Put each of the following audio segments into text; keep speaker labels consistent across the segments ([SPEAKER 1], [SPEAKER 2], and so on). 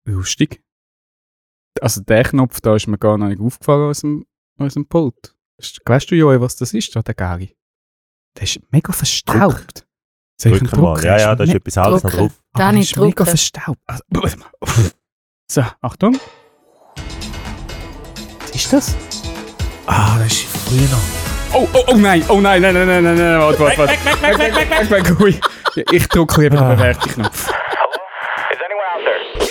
[SPEAKER 1] lustig. Also der Knopf da ist mir gar noch nicht aufgefallen aus dem Pult. Weißt du, Joel, was das ist, da, der Gari? Der ist mega verstaubt.
[SPEAKER 2] Drück mal. Ja, da ist etwas Halbes noch drauf.
[SPEAKER 3] Da nicht
[SPEAKER 1] drücken. Mega verstaubt. Also, so, Achtung. Was ist das? Das ist früher noch. Oh nein, warte. Weg. Ui. Ich drücke lieber den Bewertungsknopf.
[SPEAKER 4] Is anyone out there?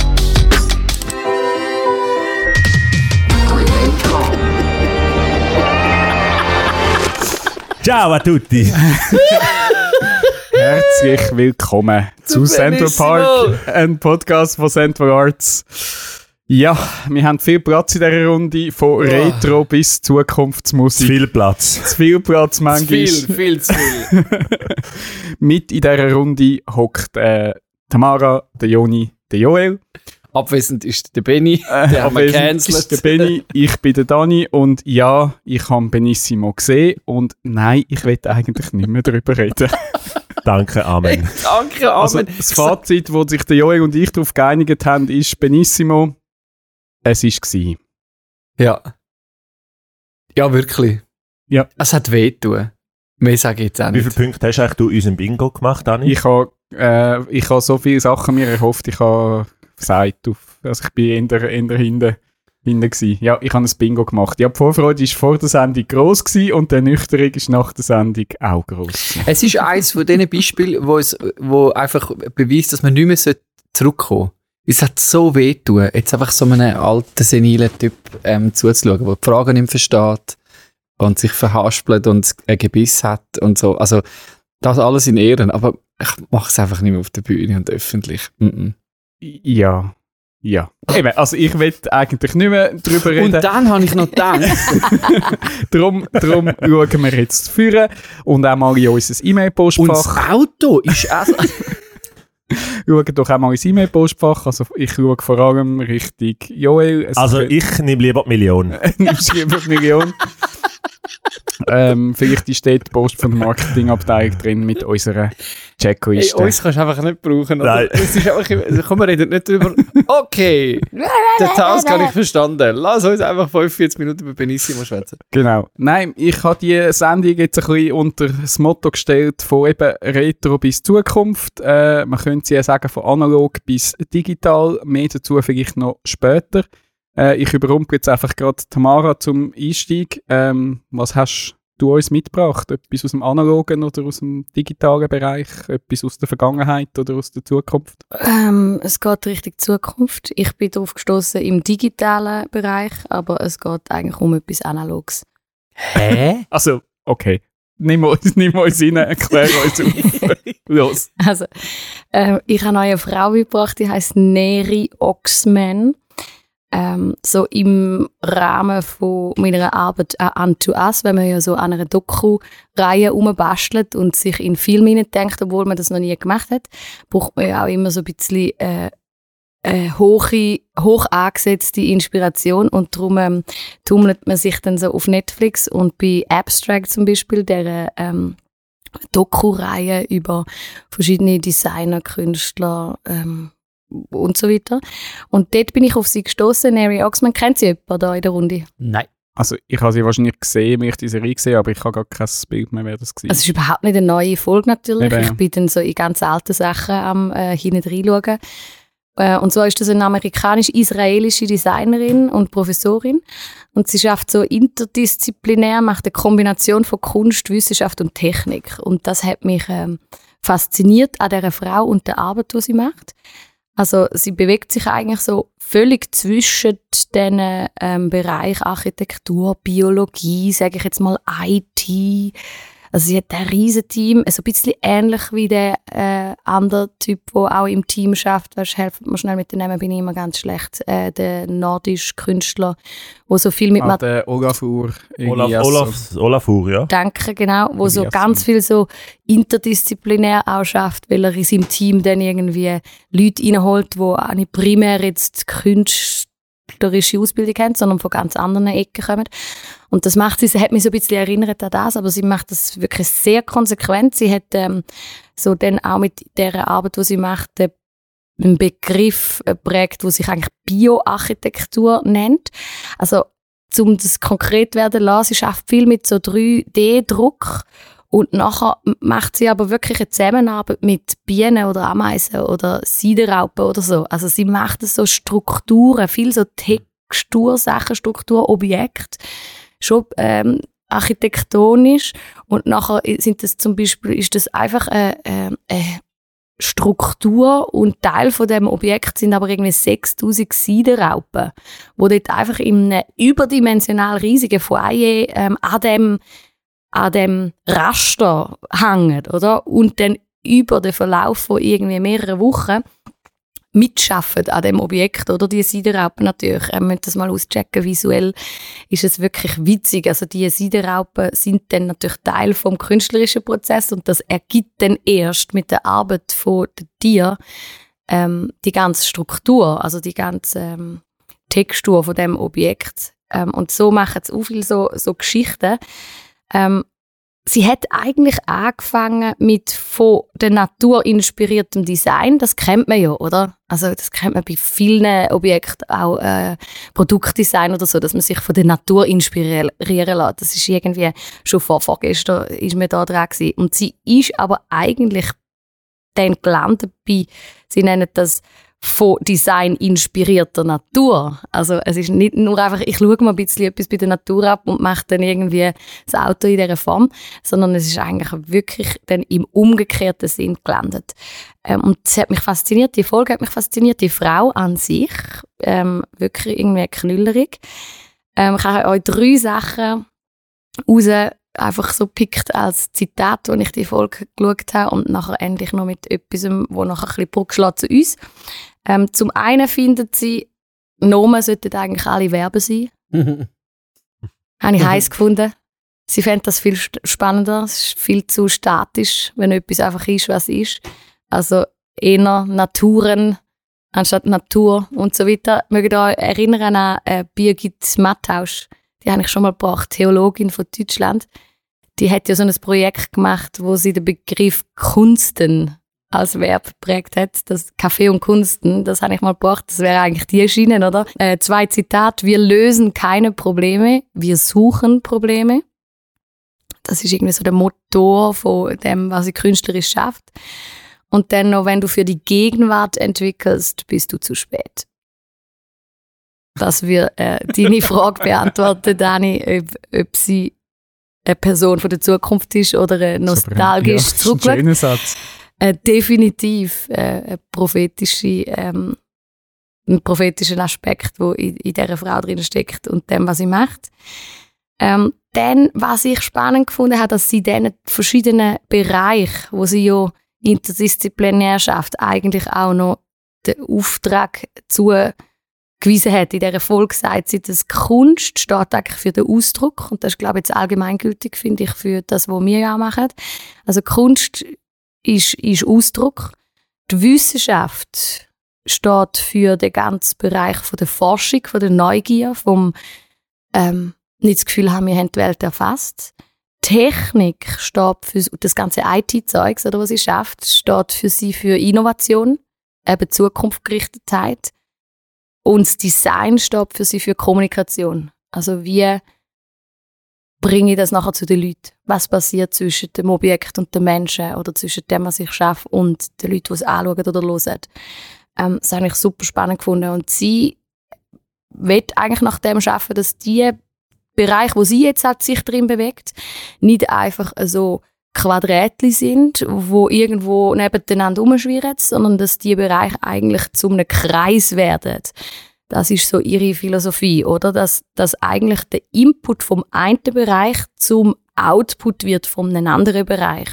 [SPEAKER 2] Ciao a tutti!
[SPEAKER 1] Herzlich willkommen zu Central Park, ein Podcast von Central Arts. Ja, wir haben viel Platz in dieser Runde, von Retro bis Zukunftsmusik.
[SPEAKER 2] Zu viel Platz.
[SPEAKER 1] Zu viel Platz manchmal.
[SPEAKER 3] Viel zu viel.
[SPEAKER 1] Mit in dieser Runde hockt Tamara, der Joni, der Joel.
[SPEAKER 3] Abwesend ist der Benny, der haben wir gecancelt.
[SPEAKER 1] Ist der Benny, ich bin der Dani und ja, ich habe Benissimo gesehen und nein, ich will eigentlich nicht mehr darüber reden.
[SPEAKER 2] Danke, Amen.
[SPEAKER 3] Danke, Amen.
[SPEAKER 1] Also, das Fazit, wo sich der Joel und ich darauf geeinigt haben, ist Benissimo, es war.
[SPEAKER 3] Ja. Ja, wirklich.
[SPEAKER 1] Ja.
[SPEAKER 3] Es hat wehgetan. Mehr sage ich jetzt auch
[SPEAKER 2] Wie
[SPEAKER 3] nicht.
[SPEAKER 2] viele Punkte hast du unseren Bingo gemacht, Dani?
[SPEAKER 1] Ich habe so viele Sachen mir erhofft, ich habe gesagt, also ich bin eher hinten gewesen. Ja, ich habe ein Bingo gemacht. Ja, die Vorfreude war vor der Sendung gross gewesen und die Ernüchterung ist nach der Sendung auch gross gewesen.
[SPEAKER 3] Es ist eines von diesen Beispielen, wo einfach beweist, dass man nicht mehr zurückkommen sollte. Es hat so wehgetan, jetzt einfach so einem alten, senilen Typ zuzuschauen, der die Fragen nicht versteht und sich verhaspelt und ein Gebiss hat und so. Also, das alles in Ehren, aber ich mache es einfach nicht mehr auf der Bühne und öffentlich.
[SPEAKER 1] Ja. Eben, also ich will eigentlich nicht mehr drüber reden.
[SPEAKER 3] Und dann habe ich noch gedacht.
[SPEAKER 1] Drum schauen wir jetzt führen und auch mal in unser E-Mail-Postfach.
[SPEAKER 3] Und das Auto ist auch...
[SPEAKER 1] Schauen doch auch mal ins E-Mail-Postfach. Also ich schaue vor allem Richtung Joel.
[SPEAKER 2] Also ich nehme lieber die Million.
[SPEAKER 1] Nimmst du lieber die Million? Vielleicht ist dort die Post von der Marketingabteilung drin mit unserer Checkliste.
[SPEAKER 3] Hey, uns kannst du einfach nicht brauchen.
[SPEAKER 2] Nein.
[SPEAKER 3] Es ist einfach, komm, wir reden nicht drüber. Okay, den Task habe ich verstanden. Lass uns einfach 45 Minuten über Benissimo schwätzen.
[SPEAKER 1] Genau. Nein, ich habe die Sendung jetzt ein bisschen unter das Motto gestellt von eben Retro bis Zukunft. Man könnte ja sagen von analog bis digital. Mehr dazu vielleicht noch später. Ich überrumpel jetzt einfach gerade Tamara zum Einstieg. Was hast du uns mitgebracht? Etwas aus dem analogen oder aus dem digitalen Bereich? Etwas aus der Vergangenheit oder aus der Zukunft?
[SPEAKER 5] Es geht Richtung Zukunft. Ich bin darauf gestoßen im digitalen Bereich, aber es geht eigentlich um etwas Analoges.
[SPEAKER 3] Hä?
[SPEAKER 1] Also, okay. Nimm uns rein, erklär uns auf. Los.
[SPEAKER 5] Also, ich habe eine Frau mitgebracht, die heisst Neri Oxman. So im Rahmen von meiner Arbeit Unto Us, wenn man ja so an einer Doku-Reihe rumbastelt und sich in Filme hineindenkt, obwohl man das noch nie gemacht hat, braucht man ja auch immer so ein bisschen hoch angesetzte Inspiration und darum tummelt man sich dann so auf Netflix und bei Abstract zum Beispiel, der Doku-Reihe über verschiedene Designer, Künstler, und so weiter. Und dort bin ich auf sie gestoßen. Neri Oxman, kennt sie jemanden da in der Runde?
[SPEAKER 3] Nein.
[SPEAKER 1] Also ich habe sie wahrscheinlich gesehen, wenn ich die Serie gesehen, aber ich habe gar kein Bild mehr, wer das war.
[SPEAKER 5] Es ist überhaupt nicht eine neue Folge natürlich.
[SPEAKER 1] Eben, ja.
[SPEAKER 5] Ich bin dann so in ganz alten Sachen am hinten reinschauen. Und zwar ist das eine amerikanisch-israelische Designerin und Professorin. Und sie schafft so interdisziplinär, macht eine Kombination von Kunst, Wissenschaft und Technik. Und das hat mich fasziniert an dieser Frau und der Arbeit, die sie macht. Also sie bewegt sich eigentlich so völlig zwischen den Bereich Architektur, Biologie, sage ich jetzt mal IT. Also sie hat ein riesen Team, so ein bisschen ähnlich wie der andere Typ, der auch im Team schafft. Weißt, helft mir schnell mit den Namen, bin ich immer ganz schlecht. Der nordische Künstler, der so viel mit
[SPEAKER 1] der Olafur.
[SPEAKER 2] Olafur, ja.
[SPEAKER 5] Danke, genau. Wo so ganz viel so interdisziplinär auch schafft, weil er in seinem Team dann irgendwie Leute reinholt, die auch nicht primär jetzt künstlerische Ausbildung haben, sondern von ganz anderen Ecken kommen. Und das macht sie hat mich so ein bisschen erinnert an das, aber sie macht das wirklich sehr konsequent. Sie hat so dann auch mit der Arbeit, die sie macht, einen Begriff prägt, der sich eigentlich Bioarchitektur nennt. Also, um das konkret werden zu lassen, sie schafft viel mit so 3D-Druck und nachher macht sie aber wirklich eine Zusammenarbeit mit Bienen oder Ameisen oder Seidenraupen oder so. Also sie macht so Strukturen, viel so Textursachen, Strukturobjekte, schon architektonisch und nachher sind das zum Beispiel, ist das einfach eine Struktur und Teil von dem Objekt sind aber irgendwie 6000 Seidenraupen, die dort einfach in einem überdimensional riesigen Foyer an dem Raster hängen, oder? Und dann über den Verlauf von irgendwie mehreren Wochen mitschaffen an dem Objekt, oder? Die Seidenraupen natürlich. Wir müssen das mal auschecken. Visuell ist es wirklich witzig. Also die Seidenraupen sind dann natürlich Teil vom künstlerischen Prozess und das ergibt dann erst mit der Arbeit von den Tieren die ganze Struktur, also die ganze Textur von dem Objekt. Und so machen sie auch viel so Geschichten. Sie hat eigentlich angefangen mit von der Natur inspiriertem Design. Das kennt man ja, oder? Also das kennt man bei vielen Objekten, auch Produktdesign oder so, dass man sich von der Natur inspirieren lässt. Das ist irgendwie schon vorgestern ist man da dran gewesen. Und sie ist aber eigentlich dann gelandet bei, sie nennen das von Design inspirierter Natur. Also es ist nicht nur einfach, ich schaue mal ein bisschen etwas bei der Natur ab und mache dann irgendwie das Auto in dieser Form, sondern es ist eigentlich wirklich dann im umgekehrten Sinn gelandet. Und es hat mich fasziniert, die Folge hat mich fasziniert, die Frau an sich, wirklich irgendwie knüllerig. Ich habe euch 3 Sachen raus einfach so pickt als Zitat, als ich die Folge geschaut habe und nachher endlich noch mit etwas, wo nachher ein bisschen Brücke schlägt zu uns. Zum einen findet sie, Nomen sollten eigentlich alle Verben sein. Habe ich heiß gefunden. Sie fände das viel spannender. Es ist viel zu statisch, wenn etwas einfach ist, was ist. Also eher Naturen anstatt Natur und so weiter. Mögt ihr euch erinnern an Birgit Mattausch? Die habe ich schon mal gebracht, Theologin von Deutschland. Die hat ja so ein Projekt gemacht, wo sie den Begriff Kunsten als Verb geprägt hat. Das Kaffee und Kunsten, das habe ich mal gebracht. Das wäre eigentlich die Schiene, oder? 2 Zitate. Wir lösen keine Probleme, wir suchen Probleme. Das ist irgendwie so der Motor von dem, was sie künstlerisch schafft. Und dann noch, wenn du für die Gegenwart entwickelst, bist du zu spät. Dass wir deine Frage beantworten, Dani, ob sie eine Person von der Zukunft ist oder nostalgisch zurückschaut.
[SPEAKER 1] Schöner Satz.
[SPEAKER 5] Definitiv ein prophetischer Aspekt, der in dieser Frau drin steckt und dem, was sie macht. Dann, was ich spannend gefunden habe, dass sie diesen verschiedenen Bereichen, wo sie ja interdisziplinär schafft, eigentlich auch noch den Auftrag zugewiesen hat. In dieser Folge sagt sie, dass Kunst steht eigentlich für den Ausdruck und das ist, glaube ich, jetzt allgemeingültig, finde ich, für das, was wir ja machen. Also Kunst ist Ausdruck. Die Wissenschaft steht für den ganzen Bereich von der Forschung, von der Neugier, vom nicht das Gefühl haben, wir haben die Welt erfasst. Technik steht für das ganze IT-Zeugs, oder was sie schafft, steht für sie für Innovation, eben Zukunftsgerichtetheit. Und das Design steht für sie für Kommunikation. Also wie bringe ich das nachher zu den Leuten? Was passiert zwischen dem Objekt und dem Menschen oder zwischen dem, was ich schaffe und den Leuten, die es anschauen oder hören? Das habe ich super spannend gefunden. Und sie will eigentlich nach dem arbeiten, dass die Bereich, wo sie jetzt halt sich drin bewegt, nicht einfach so Quadrätchen sind, wo irgendwo nebeneinander rumschwirren, sondern dass die Bereiche eigentlich zu einem Kreis werden. Das ist so ihre Philosophie, oder? Dass eigentlich der Input vom einen Bereich zum Output wird von einem anderen Bereich.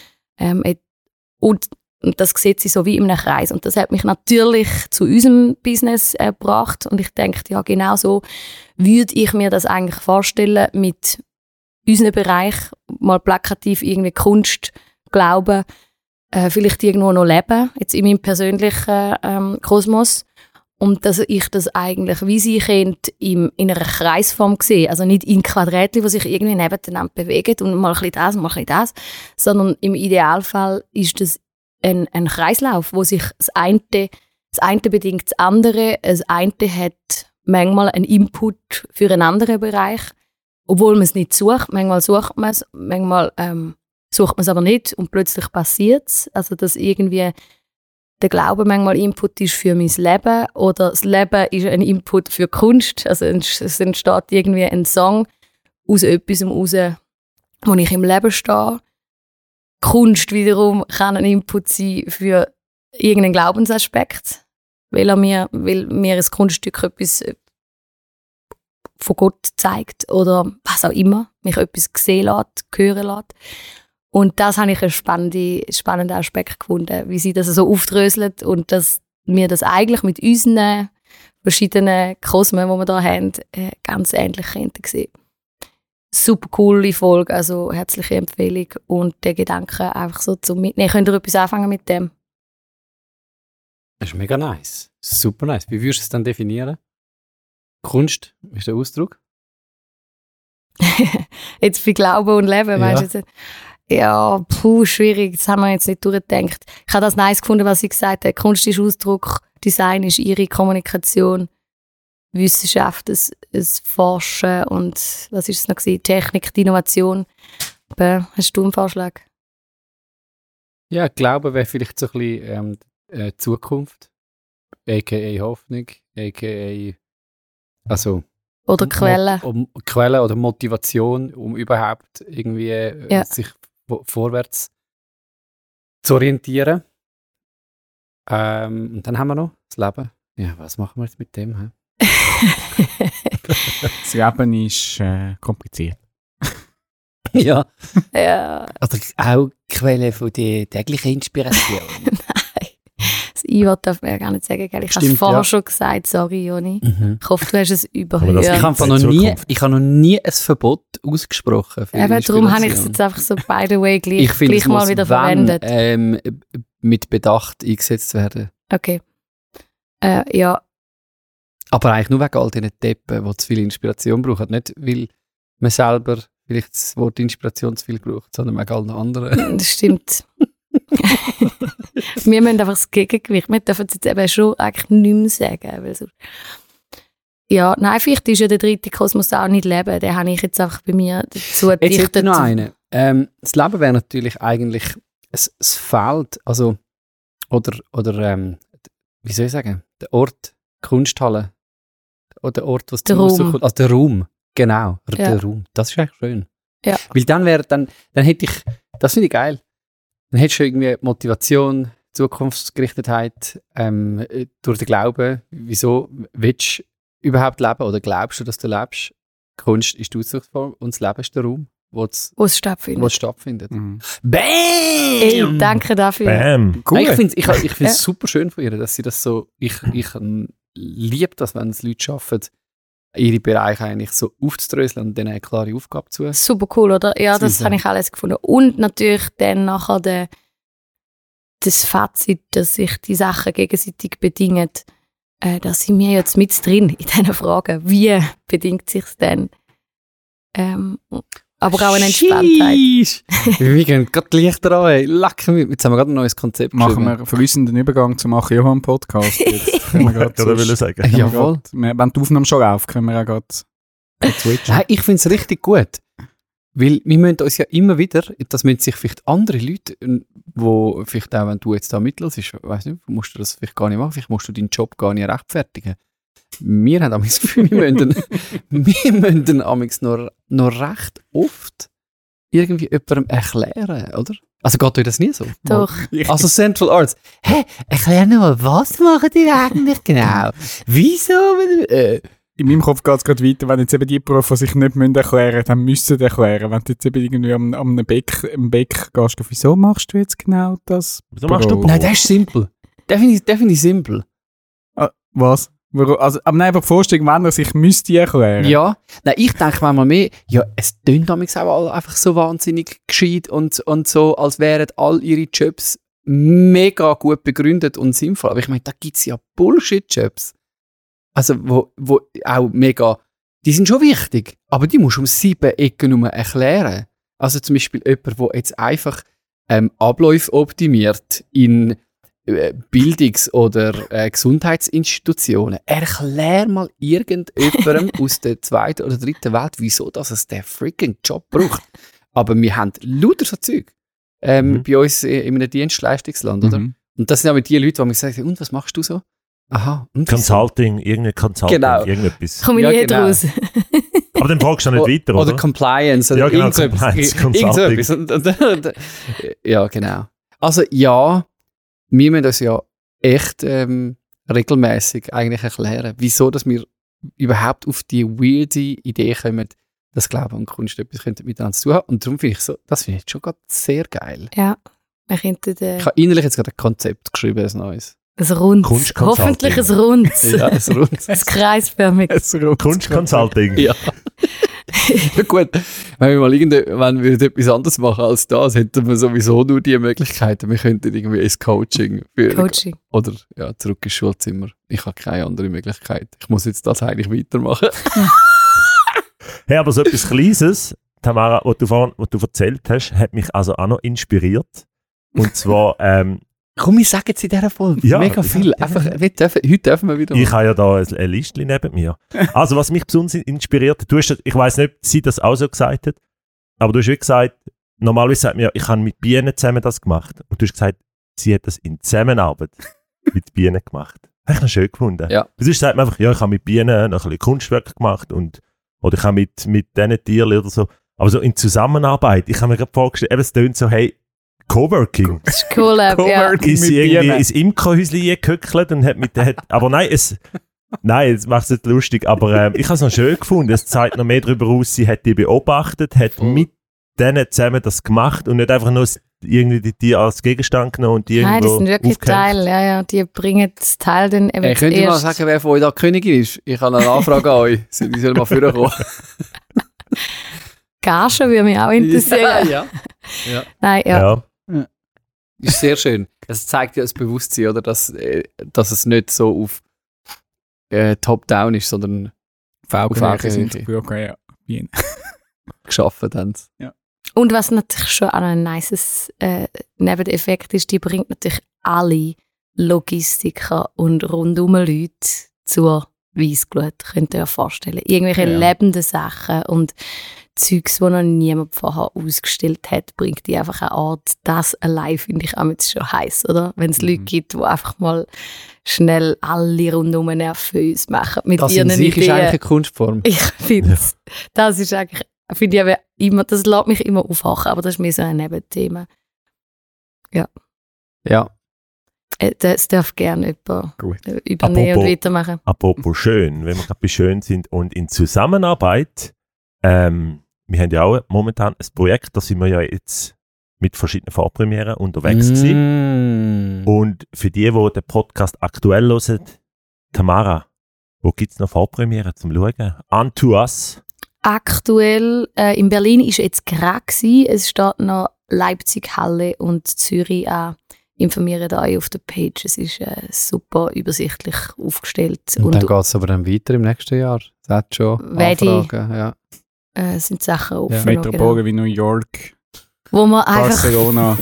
[SPEAKER 5] Und das sieht sie so wie in einem Kreis. Und das hat mich natürlich zu unserem Business gebracht. Und ich denke, ja, genau so würde ich mir das eigentlich vorstellen mit unserem Bereich, mal plakativ irgendwie Kunst, Glauben, vielleicht irgendwo noch leben, jetzt in meinem persönlichen Kosmos. Und dass ich das eigentlich, wie sie kennt, in einer Kreisform sehe. Also nicht in Quadrätchen, die sich irgendwie nebeneinander bewegen und mal ein bisschen das, mal ein bisschen das, sondern im Idealfall ist das ein Kreislauf, wo sich das eine das eine bedingt das andere. Das eine hat manchmal einen Input für einen anderen Bereich, obwohl man es nicht sucht. Manchmal sucht man es, manchmal sucht man es aber nicht und plötzlich passiert es. Also dass irgendwie der Glaube manchmal Input ist für mein Leben oder das Leben ist ein Input für Kunst. Also es entsteht irgendwie ein Song aus etwas raus, wo ich im Leben stehe. Kunst wiederum kann ein Input sein für irgendeinen Glaubensaspekt, weil mir ein Kunststück etwas von Gott zeigt oder was auch immer, mich etwas sehen lässt, hören lässt. Und das habe ich einen spannenden Aspekt gefunden, wie sie das so aufdröselt und dass wir das eigentlich mit unseren verschiedenen Kosmen, die wir hier haben, ganz ähnlich sehen. Super coole Folge, also herzliche Empfehlung und der Gedanke einfach so zum Mitnehmen. Könnt ihr etwas anfangen mit dem?
[SPEAKER 3] Das ist mega nice. Super nice. Wie würdest du es dann definieren? Kunst ist der Ausdruck?
[SPEAKER 5] Jetzt für Glauben und Leben, meinst du jetzt? Ja, schwierig. Das haben wir jetzt nicht durchgedacht. Ich habe das nice gefunden, was sie gesagt hat. Kunst ist Ausdruck, Design ist ihre Kommunikation, Wissenschaft, das Forschen und was ist es noch gewesen? Technik, die Innovation. Hast du einen Vorschlag?
[SPEAKER 3] Ja, Glaube wäre vielleicht so ein bisschen Zukunft, a.k.a. Hoffnung, a.k.a. also
[SPEAKER 5] oder Quelle.
[SPEAKER 3] Quelle oder Motivation, um überhaupt irgendwie sich vorwärts zu orientieren. Und dann haben wir noch das Leben. Ja, was machen wir jetzt mit dem? He?
[SPEAKER 1] Das Leben ist kompliziert.
[SPEAKER 3] Ja.
[SPEAKER 5] Ja.
[SPEAKER 3] Oder auch Quelle von der täglichen Inspiration.
[SPEAKER 5] Nein, das I-Wort darf man ja gar nicht sagen. Gell? Ich habe es vorher schon gesagt, sorry Joni. Ich hoffe, du hast es überhört.
[SPEAKER 3] Ich habe noch nie ein Verbot ausgesprochen.
[SPEAKER 5] Eben, darum habe ich es jetzt einfach so by the way gleich mal wieder verwendet.
[SPEAKER 3] Mit Bedacht eingesetzt werden.
[SPEAKER 5] Okay. Ja.
[SPEAKER 3] Aber eigentlich nur wegen all diesen Deppen, die zu viel Inspiration brauchen. Nicht, weil man selber vielleicht das Wort Inspiration zu viel braucht, sondern wegen allen anderen.
[SPEAKER 5] Das stimmt. Wir müssen einfach das Gegengewicht. Wir dürfen es jetzt eben schon eigentlich nicht mehr sagen. Weil so ja, nein, vielleicht ist ja der dritte Kosmos auch nicht Leben. Den habe ich jetzt einfach bei mir dazu gedichtet.
[SPEAKER 3] Jetzt hätte ich noch einen. Das Leben wäre natürlich eigentlich ein Feld, also oder wie soll ich sagen, der Ort, Kunsthalle, oder der Ort, was
[SPEAKER 5] der
[SPEAKER 3] rauskommt. Also der Raum, genau,
[SPEAKER 5] ja.
[SPEAKER 3] Der Raum. Das ist eigentlich schön.
[SPEAKER 5] Ja.
[SPEAKER 3] Weil dann hätte ich, das finde ich geil, dann hättest du irgendwie Motivation, Zukunftsgerichtetheit, durch den Glauben, wieso willst du überhaupt leben oder glaubst du, dass du lebst? Kunst ist die Ausdrucksform und das Leben ist der Raum, wo es stattfindet.
[SPEAKER 5] Mhm.
[SPEAKER 3] Bam!
[SPEAKER 5] Ey, danke dafür.
[SPEAKER 2] Bam!
[SPEAKER 3] Cool. Ich finde es super schön von ihr, dass sie das so, ich liebe das, wenn es Leute schaffen, ihre Bereiche eigentlich so aufzudröseln und denen eine klare Aufgabe zu.
[SPEAKER 5] Super cool, oder? Ja, das habe ich alles gefunden. Und natürlich dann nachher das Fazit, dass sich die Sachen gegenseitig bedingen. Da sind wir jetzt mit drin in diesen Fragen. Wie bedingt sich es denn? Aber auch eine Entspanntheit.
[SPEAKER 3] Wir gehen gerade die Lichter an. Ey. Leck mich. Jetzt haben wir gerade ein neues Konzept
[SPEAKER 1] Machen wir fließenden Übergang zum Ach-Johann-Podcast.
[SPEAKER 2] Oder will ich sagen?
[SPEAKER 3] Jawohl.
[SPEAKER 1] Wenn die Aufnahme schon läuft, können wir auch gerade switchen.
[SPEAKER 3] Nein, ich finde es richtig gut. Weil wir müssen uns ja immer wieder, das müssen sich vielleicht andere Leute, wo vielleicht auch, wenn du jetzt da mitlässt, ich weiss nicht, musst du das vielleicht gar nicht machen, vielleicht musst du deinen Job gar nicht rechtfertigen. Wir haben das Gefühl, wir müssen amigs noch recht oft irgendwie jemandem erklären, oder? Also geht euch das nie so?
[SPEAKER 5] Doch.
[SPEAKER 3] Also Central Arts, hey, erklär mir mal, was machen die eigentlich genau? Wieso?
[SPEAKER 1] In meinem Kopf geht es gerade weiter, wenn jetzt eben die Berufe, die sich nicht erklären müssen, dann müssen erklären. Wenn du jetzt eben irgendwie am Beck gehst, wieso machst du jetzt genau das?
[SPEAKER 2] Wieso machst du?
[SPEAKER 3] Nein, das ist simpel. Das finde ich simpel.
[SPEAKER 1] Was? Also, aber nein, einfach die Vorstellung, wenn er sich müsste erklären.
[SPEAKER 3] Ja, nein, ich denke manchmal mehr, ja, es tönt damals auch alle einfach so wahnsinnig gescheit und so, als wären all ihre Jobs mega gut begründet und sinnvoll. Aber ich meine, da gibt es ja Bullshit-Jobs. Also, wo auch mega, die sind schon wichtig, aber die musst du um 7 Ecken nur erklären. Also zum Beispiel jemand, der jetzt einfach Abläufe optimiert in Bildungs- oder Gesundheitsinstitutionen. Erklär mal irgendjemandem aus der zweiten oder dritten Welt, wieso dass es den freaking Job braucht. Aber wir haben lauter so Zeug bei uns in einem Dienstleistungsland, oder? Und das sind aber die Leute, die mir sagen, und was machst du so? Aha. Und
[SPEAKER 2] Consulting, irgendein Consulting,
[SPEAKER 3] Genau.
[SPEAKER 2] irgendetwas.
[SPEAKER 5] Komm ich nicht raus.
[SPEAKER 2] Aber dann fragst du nicht weiter, oder?
[SPEAKER 3] Oder Compliance. Oder
[SPEAKER 2] Ja, genau,
[SPEAKER 3] irgendetwas.
[SPEAKER 2] Compliance,
[SPEAKER 3] Irgendetwas. Ja, genau. Also ja, wir müssen das ja echt regelmäßig eigentlich erklären, wieso dass wir überhaupt auf die weirde Idee kommen, dass Glaube und Kunst etwas miteinander zu tun haben. Und darum finde ich das finde ich jetzt schon gerade sehr geil.
[SPEAKER 5] Ja, wir könnten
[SPEAKER 3] Ich habe innerlich jetzt gerade ein Konzept geschrieben, ein neues.
[SPEAKER 5] ein Rundes.
[SPEAKER 2] Kunstconsulting.
[SPEAKER 5] Hoffentlich ein Rundes.
[SPEAKER 3] Ja, ein rundes.
[SPEAKER 5] Ein kreisförmiges.
[SPEAKER 2] Kunstconsulting.
[SPEAKER 3] Ja. Ja gut, wenn wir etwas anderes machen als das, hätten wir sowieso nur die Möglichkeiten. Wir könnten irgendwie ins Coaching führen.
[SPEAKER 5] Coaching.
[SPEAKER 3] Oder ja, zurück ins Schulzimmer. Ich habe keine andere Möglichkeit. Ich muss jetzt das eigentlich weitermachen.
[SPEAKER 2] Hey, aber so etwas Kleines, Tamara, was du erzählt hast, hat mich also auch noch inspiriert. Und zwar,
[SPEAKER 3] Komm, ich sage jetzt in dieser Folge
[SPEAKER 2] Ja,
[SPEAKER 3] mega viel. Einfach, heute dürfen wir wieder
[SPEAKER 2] ich habe ja da ein Listchen neben mir. Also, was mich besonders inspiriert hat, ich weiss nicht, ob sie das auch so gesagt hat, aber du hast wie gesagt, normalerweise sagt man ja, ich habe mit Bienen zusammen das gemacht. Und du hast gesagt, sie hat das in Zusammenarbeit mit Bienen gemacht. Habe ich noch schön gefunden.
[SPEAKER 3] Ja.
[SPEAKER 2] Sonst sagt man einfach, ja, ich habe mit Bienen noch ein bisschen Kunstwerk gemacht oder ich habe mit diesen Tieren oder so. Aber so in Zusammenarbeit, ich habe mir gerade vorgestellt, eben, es tönt so, hey, Coworking.
[SPEAKER 5] Das ist cool, ja.
[SPEAKER 2] Ist sie irgendwie ins Imkerhäuschen eingehöckelt und hat mit der... Aber nein, es macht es nicht lustig, aber ich habe es noch schön gefunden. Es zeigt noch mehr darüber aus, sie hat die beobachtet, hat mit denen zusammen das gemacht und nicht einfach nur irgendwie die Tiere als Gegenstand genommen und die
[SPEAKER 5] Nein,
[SPEAKER 2] irgendwo
[SPEAKER 5] die sind wirklich
[SPEAKER 2] aufgehängt.
[SPEAKER 5] Teil. Ja, die bringen das Teil dann eben
[SPEAKER 3] Könnt ihr mal sagen, wer von euch da Königin ist? Ich habe eine Anfrage an euch. Die sollen mal vorkommen.
[SPEAKER 5] Gage würde mich auch interessieren.
[SPEAKER 3] Ja.
[SPEAKER 5] Nein, ja.
[SPEAKER 2] Ja.
[SPEAKER 3] Ist sehr schön. Es zeigt ja das Bewusstsein, oder, dass es nicht so auf Top-Down ist, sondern
[SPEAKER 1] Auf
[SPEAKER 3] Augenhöhe
[SPEAKER 1] sind die Bürger, ja. Wien.
[SPEAKER 3] geschaffen haben.
[SPEAKER 5] Und was natürlich schon auch noch ein nices Nebeneffekt ist, die bringt natürlich alle Logistiker und rundum Leute zur Weissglut, könnt ihr euch vorstellen. Irgendwelche lebenden Sachen und Zeugs, die noch niemand vorher ausgestellt hat, bringt die einfach an Ort. Das allein finde ich auch jetzt schon heiß, oder? Wenn es Leute gibt, die einfach mal schnell alle rundum nervös machen mit
[SPEAKER 3] Das
[SPEAKER 5] ihren
[SPEAKER 3] in sich ist
[SPEAKER 5] Ideen.
[SPEAKER 3] eigentlich eine Kunstform.
[SPEAKER 5] Ich finde das ist eigentlich, finde ich aber immer, das lässt mich immer aufwachen, aber das ist mir so ein Nebenthema.
[SPEAKER 3] Ja.
[SPEAKER 5] Das darf gerne jemand
[SPEAKER 1] Gut.
[SPEAKER 5] übernehmen und weitermachen.
[SPEAKER 2] Apropos schön, wenn wir gerade bei schön sind und in Zusammenarbeit, wir haben ja auch momentan ein Projekt, da sind wir ja jetzt mit verschiedenen Vorpremieren unterwegs gewesen. Und für die den Podcast aktuell hören, Tamara, wo gibt es noch Vorpremieren zum Schauen? Unto Us.
[SPEAKER 5] Aktuell in Berlin ist jetzt gerade gewesen. Es steht noch Leipzig, Halle und Zürich an. Informiert euch auf der Page. Es ist super übersichtlich aufgestellt.
[SPEAKER 3] Und dann geht es aber dann weiter im nächsten Jahr. Das hat schon Anfragen. Ja.
[SPEAKER 5] Sind Sachen offen.
[SPEAKER 1] Metropolen wie New York,
[SPEAKER 5] wo man einfach
[SPEAKER 1] Barcelona,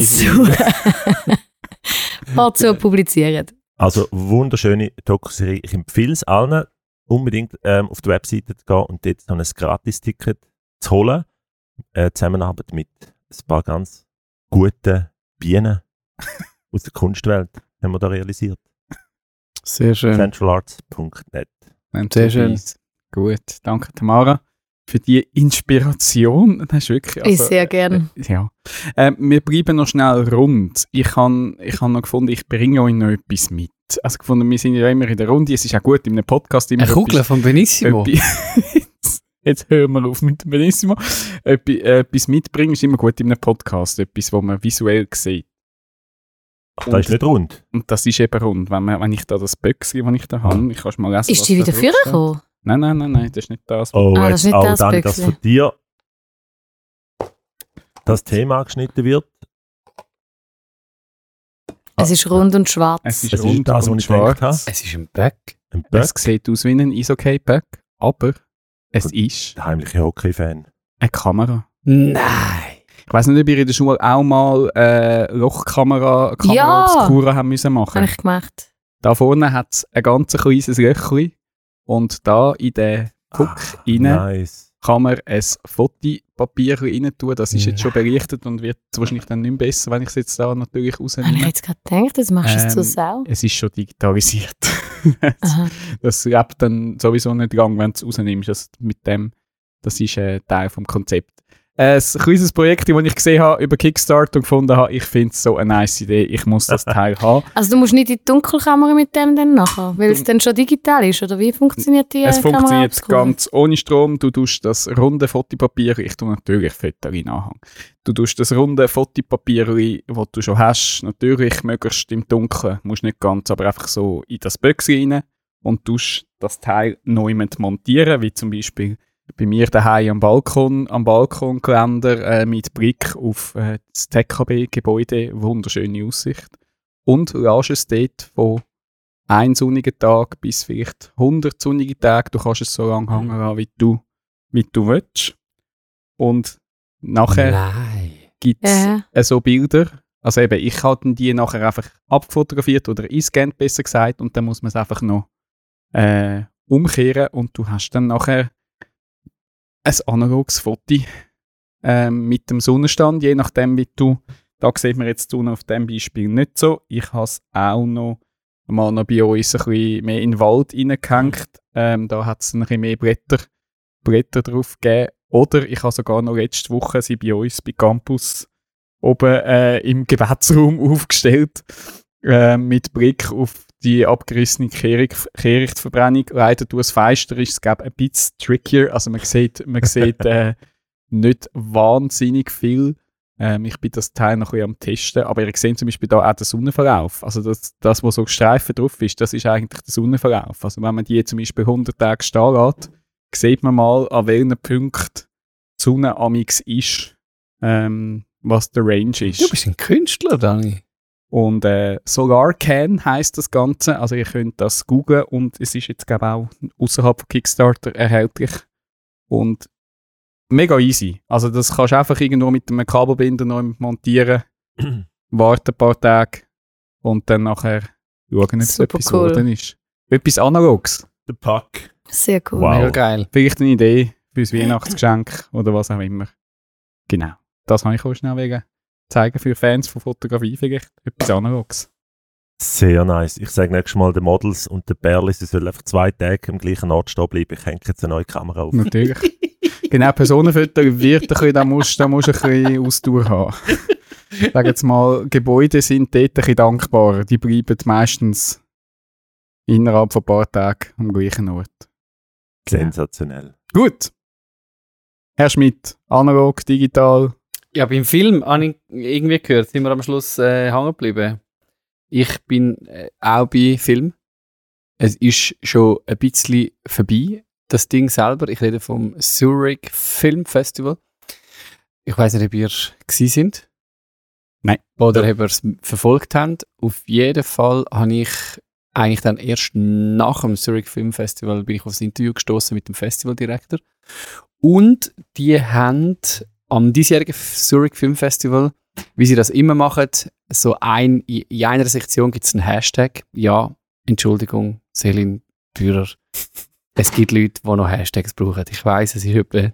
[SPEAKER 5] vorzu publizieren.
[SPEAKER 2] Also wunderschöne Doku-Serie. Ich empfehle es allen, unbedingt auf die Webseite zu gehen und dort noch ein Gratis-Ticket zu holen. Zusammenarbeit mit ein paar ganz guten Bienen aus der Kunstwelt haben wir da realisiert.
[SPEAKER 3] Sehr schön.
[SPEAKER 2] Centralarts.net.
[SPEAKER 3] Sehr schön.
[SPEAKER 1] Gut, danke Tamara für die Inspiration. Das ist wirklich,
[SPEAKER 5] Ich sehr gerne.
[SPEAKER 1] Ja. Wir bleiben noch schnell rund. Ich habe noch gefunden, ich bringe euch noch etwas mit. Also gefunden, wir sind ja immer in der Runde. Es ist auch gut in einem Podcast immer
[SPEAKER 3] Eine Kugel von Benissimo.
[SPEAKER 1] Jetzt hören wir auf mit dem Benissimo. Etwas mitbringen ist immer gut in einem Podcast. Etwas, was man visuell sieht.
[SPEAKER 2] Ach, das ist nicht rund.
[SPEAKER 1] Und das ist eben rund. Wenn ich da das Böckchen, das ich da habe, ich kann mal lesen,
[SPEAKER 5] Ist die wieder vorgekommen?
[SPEAKER 1] Nein, das ist nicht das.
[SPEAKER 2] Oh,
[SPEAKER 5] das
[SPEAKER 2] jetzt
[SPEAKER 5] ist nicht
[SPEAKER 2] auch
[SPEAKER 5] das
[SPEAKER 2] dann, dass
[SPEAKER 5] Büchlein.
[SPEAKER 2] von dir das Thema geschnitten wird.
[SPEAKER 5] Es ist rund und schwarz.
[SPEAKER 1] Es ist
[SPEAKER 2] Das ist
[SPEAKER 1] rund
[SPEAKER 2] das, was
[SPEAKER 1] und
[SPEAKER 2] ich gedacht habe.
[SPEAKER 1] schwarz.
[SPEAKER 3] Es ist ein Böck.
[SPEAKER 2] Ein Böck,
[SPEAKER 1] Es sieht aus wie ein Eishockey-Böck, aber es ist
[SPEAKER 2] der heimliche Hockey-Fan.
[SPEAKER 1] eine Kamera.
[SPEAKER 3] Nein.
[SPEAKER 1] Ich weiss nicht, ob ihr in der Schule auch mal Lochkamera
[SPEAKER 5] Ja.
[SPEAKER 1] Obscura haben müssen machen.
[SPEAKER 5] Habe ich gemacht.
[SPEAKER 1] Da vorne hat es ein ganz kleines Löchchen und da in den Puck rein
[SPEAKER 2] Nice.
[SPEAKER 1] kann man ein Fotopapier rein tun. Das ist jetzt schon berichtet und wird wahrscheinlich dann nicht mehr besser, wenn ich es jetzt da natürlich
[SPEAKER 5] Habe ich
[SPEAKER 1] rausnehme.
[SPEAKER 5] jetzt gerade gedacht, das machst du es zur Sau.
[SPEAKER 1] Es ist schon digitalisiert.
[SPEAKER 5] Aha.
[SPEAKER 1] Das lebt dann sowieso nicht lang, wenn du es rausnimmst. Das ist ein Teil vom Konzept. Ein kleines Projekt, das ich gesehen habe über Kickstarter und gefunden habe, ich finde es so eine nice Idee, ich muss das Teil haben.
[SPEAKER 5] Also du musst nicht in die Dunkelkamera mit dem dann nachher, weil es dann schon digital ist, oder wie funktioniert die
[SPEAKER 1] Es
[SPEAKER 5] Kamera
[SPEAKER 1] funktioniert
[SPEAKER 5] Obscura?
[SPEAKER 1] ganz ohne Strom. Du tust das runde Fotopapier, ich tue natürlich Fotos anhängen. Du tust das runde Fotopapier, das du schon hast, natürlich möglichst im Dunkeln, musst nicht ganz, aber einfach so in das Box rein und tust das Teil neu montieren, wie zum Beispiel bei mir daheim am Balkongeländer mit Blick auf das TKB-Gebäude, wunderschöne Aussicht. Und lässt es dort von einen sonnigen Tag bis vielleicht 100 sonnige Tage. Du kannst es so lange hängen lassen, wie du willst. Und nachher
[SPEAKER 3] Nein.
[SPEAKER 1] gibt
[SPEAKER 5] Ja.
[SPEAKER 1] es so Bilder. Also eben, ich habe die nachher einfach abfotografiert oder eingescannt, besser gesagt. Und dann muss man es einfach noch umkehren und du hast dann nachher ein analoges Foto mit dem Sonnenstand, je nachdem wie du, da sieht man jetzt die Sonne auf dem Beispiel nicht so. Ich habe es auch noch mal noch bei uns ein bisschen mehr in den Wald reingehängt. Da hat es ein bisschen mehr Blätter drauf gegeben. Oder ich habe sogar noch letzte Woche sie bei uns bei Campus oben im Gebetsraum aufgestellt, mit Blick auf die abgerissene Kehrichtverbrennung. Leider durch das Fenster ist es ein bisschen trickier. Also man sieht nicht wahnsinnig viel. Ich bin das Teil noch ein bisschen am Testen, aber ihr seht zum Beispiel da auch den Sonnenverlauf. Also das wo so Streifen drauf ist, das ist eigentlich der Sonnenverlauf. Also wenn man die zum Beispiel 100 Tage stehen lässt, sieht man mal, an welchen Punkten die Sonne amix ist, was der Range ist.
[SPEAKER 3] Du bist ein Künstler, Dani.
[SPEAKER 1] Und SolarCan heisst das Ganze. Also ihr könnt das googlen und es ist jetzt glaube ich auch außerhalb von Kickstarter erhältlich. Und mega easy. Also das kannst du einfach irgendwo mit einem Kabelbinder neu montieren, warten ein paar Tage und dann nachher schauen, ob es
[SPEAKER 5] Super
[SPEAKER 1] etwas
[SPEAKER 5] cool.
[SPEAKER 1] geworden ist. Etwas Analoges.
[SPEAKER 2] Der Pack.
[SPEAKER 5] Sehr cool.
[SPEAKER 2] Wow.
[SPEAKER 3] Mega geil.
[SPEAKER 1] Vielleicht eine Idee fürs Weihnachtsgeschenk oder was auch immer. Genau. Das habe ich auch schnell wegen zeigen für Fans von Fotografie vielleicht. Etwas Analoges.
[SPEAKER 2] Sehr nice. Ich sage nächstes Mal den Models und den Bärli, sie sollen einfach 2 Tage am gleichen Ort stehen bleiben. Ich hänge jetzt eine neue Kamera auf.
[SPEAKER 1] Natürlich. Genau, Personenfoto wird ein bisschen, da musst du ein bisschen Ausdauer haben. Sag jetzt mal, Gebäude sind dort ein bisschen dankbar. Die bleiben meistens innerhalb von ein paar Tagen am gleichen Ort.
[SPEAKER 2] Sensationell.
[SPEAKER 1] Gut. Herr Schmidt, analog, digital.
[SPEAKER 3] Ja, beim Film habe ich irgendwie gehört, sind wir am Schluss hängen geblieben. Ich bin auch bei Film. Es ist schon ein bisschen vorbei, das Ding selber. Ich rede vom Zurich Film Festival. Ich weiss nicht, ob ihr gewesen sind.
[SPEAKER 1] Nein.
[SPEAKER 3] Oder ob ihr es verfolgt habt. Auf jeden Fall habe ich eigentlich dann erst nach dem Zurich Film Festival bin ich auf das Interview gestoßen mit dem Festivaldirektor. Und die haben am diesjährigen Zurich Film Festival, wie sie das immer machen, so in einer Sektion gibt es einen Hashtag. Ja, Entschuldigung, Selin Bührer. Es gibt Leute, die noch Hashtags brauchen. Ich weiss, es ist etwa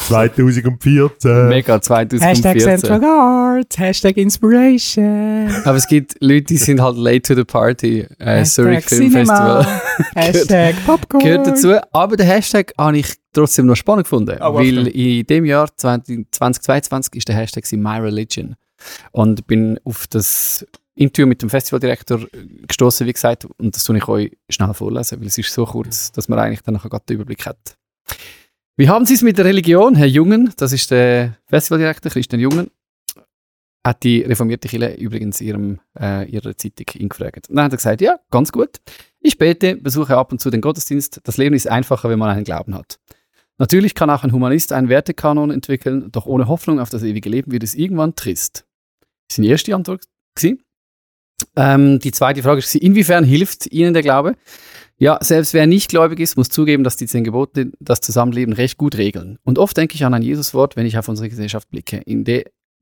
[SPEAKER 2] 2014.
[SPEAKER 3] mega 2014.
[SPEAKER 1] Hashtag Central Arts, Hashtag Inspiration.
[SPEAKER 3] Aber es gibt Leute, die sind halt late to the party. Zurich Film Festival.
[SPEAKER 1] Hashtag Popcorn.
[SPEAKER 3] Gehört dazu. Aber den Hashtag habe ich trotzdem noch spannend gefunden.
[SPEAKER 1] Oh,
[SPEAKER 3] weil
[SPEAKER 1] Achtung.
[SPEAKER 3] in dem Jahr 2022 ist der Hashtag My Religion. Und bin auf das Interview mit dem Festivaldirektor gestoßen, wie gesagt, und das tue ich euch schnell vorlesen, weil es ist so kurz, dass man eigentlich dann nachher gerade den Überblick hat. Wie haben Sie es mit der Religion, Herr Jungen? Das ist der Festivaldirektor, Christian Jungen. Hat die reformierte Kirche übrigens ihrer Zeitung ihn gefragt. Und dann hat er gesagt, ja, ganz gut. Ich bete, besuche ab und zu den Gottesdienst. Das Leben ist einfacher, wenn man einen Glauben hat. Natürlich kann auch ein Humanist einen Wertekanon entwickeln, doch ohne Hoffnung auf das ewige Leben wird es irgendwann trist. Das war die erste Antwort. Die zweite Frage ist, inwiefern hilft Ihnen der Glaube? Ja, selbst wer nicht gläubig ist, muss zugeben, dass die 10 Gebote das Zusammenleben recht gut regeln. Und oft denke ich an ein Jesuswort, wenn ich auf unsere Gesellschaft blicke, in der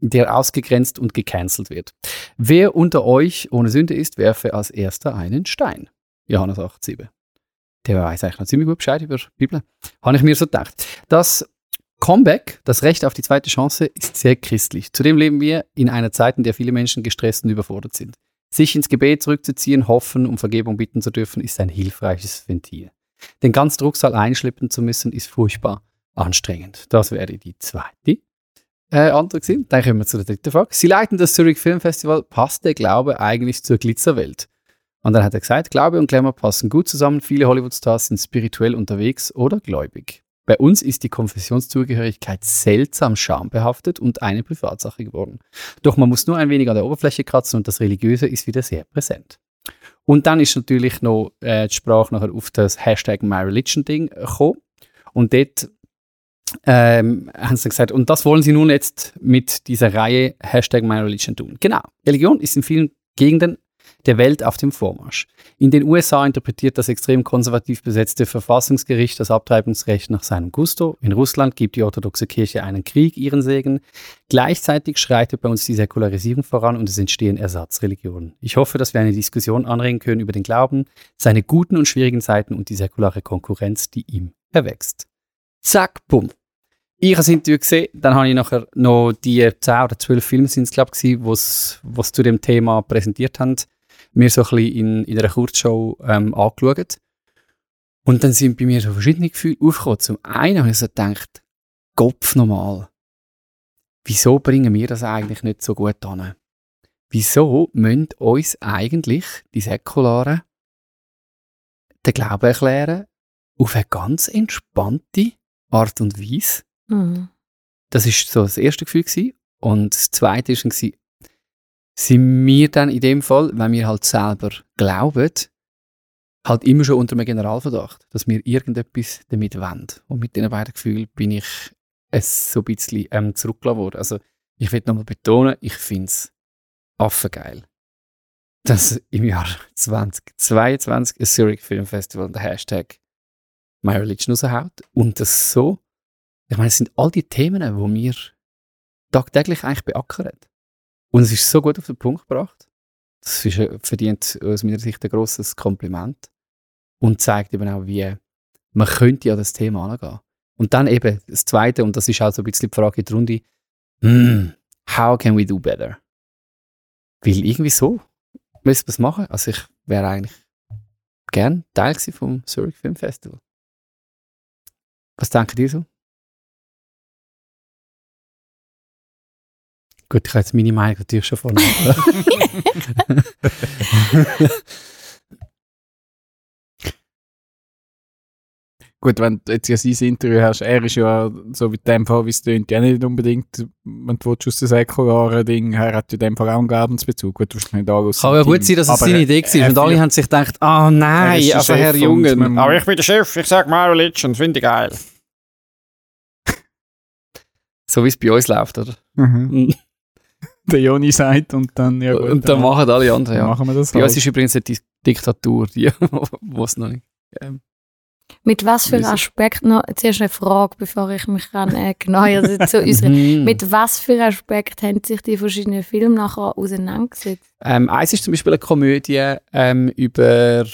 [SPEAKER 6] der ausgegrenzt und gecancelt wird. Wer unter euch ohne Sünde ist, werfe als erster einen Stein. Johannes 8,7. Der weiß eigentlich noch ziemlich gut Bescheid über die Bibel. Habe ich mir so gedacht. Das Comeback, das Recht auf die zweite Chance, ist sehr christlich. Zudem leben wir in einer Zeit, in der viele Menschen gestresst und überfordert sind. Sich ins Gebet zurückzuziehen, hoffen, um Vergebung bitten zu dürfen, ist ein hilfreiches Ventil. Den ganzen Drucksal einschleppen zu müssen, ist furchtbar anstrengend. Das wäre die zweite Antwort gewesen. Dann kommen wir zu der dritten Frage. Sie leiten das Zurich Film Festival. Passt der Glaube eigentlich zur Glitzerwelt? Und dann hat er gesagt, Glaube und Glamour passen gut zusammen. Viele Hollywood-Stars sind spirituell unterwegs oder gläubig. Bei uns ist die Konfessionszugehörigkeit seltsam schambehaftet und eine Privatsache geworden. Doch man muss nur ein wenig an der Oberfläche kratzen und das Religiöse ist wieder sehr präsent. Und dann ist natürlich noch die Sprache nachher auf das Hashtag MyReligion-Ding gekommen. Und dort haben sie gesagt, und das wollen sie nun jetzt mit dieser Reihe Hashtag MyReligion tun. Genau, Religion ist in vielen Gegenden der Welt auf dem Vormarsch. In den USA interpretiert das extrem konservativ besetzte Verfassungsgericht das Abtreibungsrecht nach seinem Gusto. In Russland gibt die orthodoxe Kirche einen Krieg ihren Segen. Gleichzeitig schreitet bei uns die Säkularisierung voran und es entstehen Ersatzreligionen. Ich hoffe, dass wir eine Diskussion anregen können über den Glauben, seine guten und schwierigen Seiten und die säkulare Konkurrenz, die ihm erwächst. Zack, bumm. Ich habe das Interview gesehen, dann habe ich nachher noch die 10 oder 12 Filme sind es, glaube ich, was zu dem Thema präsentiert haben, mir so ein bisschen in einer Kurzshow angeschaut. Und dann sind bei mir so verschiedene Gefühle aufgekommen. Zum einen habe ich so gedacht, Kopf nochmal, wieso bringen wir das eigentlich nicht so gut an? Wieso müssen uns eigentlich die Säkularen den Glauben erklären auf eine ganz entspannte Art und Weise?
[SPEAKER 5] Mhm.
[SPEAKER 6] Das war so das erste Gefühl gewesen. Und das zweite war, sind wir dann in dem Fall, wenn wir halt selber glauben, halt immer schon unter einem Generalverdacht, dass wir irgendetwas damit wollen. Und mit diesen beiden Gefühlen bin ich so ein bisschen zurückgelassen worden. Also ich will nochmal betonen, ich finde es affengeil, dass im Jahr 2022 ein Zurich Film Festival den Hashtag MyReligion raushaut und das so. Ich meine, es sind all die Themen, die wir tagtäglich eigentlich beackern. Und es ist so gut auf den Punkt gebracht. Das ist, verdient aus meiner Sicht ein grosses Kompliment. Und zeigt eben auch, wie man könnte an das Thema angehen. Und dann eben das Zweite, und das ist auch so ein bisschen die Frage in der Runde, how can we do better? Weil irgendwie so müssen wir es machen. Also ich wäre eigentlich gern Teil vom Zurich Film Festival. Was denkt ihr so? Gut, ich habe jetzt meine Meinung natürlich schon vorne.
[SPEAKER 1] Gut, wenn du jetzt ja sein Interview hast, er ist ja, so wie in dem Fall, wie es tönt, ja nicht unbedingt, wenn du aus dem säkularen Ding her, hat ja in dem Fall auch einen Glaubensbezug. Gut, wahrscheinlich alles.
[SPEAKER 6] Kann ja gut sein, dass es seine Idee war. Und alle haben sich gedacht, nein, also Herr Jungen.
[SPEAKER 1] Aber ich bin der Chef, ich sage MyReligion, finde ich geil.
[SPEAKER 6] So wie es bei uns läuft, oder?
[SPEAKER 1] Mhm. Der Joni sagt und dann, ja gut.
[SPEAKER 6] Und dann machen alle anderen, ja.
[SPEAKER 1] Machen wir das
[SPEAKER 6] bei
[SPEAKER 1] halt.
[SPEAKER 6] uns ist übrigens die Diktatur, die es noch nicht
[SPEAKER 5] Mit was für Aspekt noch, zuerst eine Frage, bevor ich mich genau zu äußern. Mit was für Aspekt haben sich die verschiedenen Filme nachher auseinandergesetzt?
[SPEAKER 6] Eins ist zum Beispiel eine Komödie über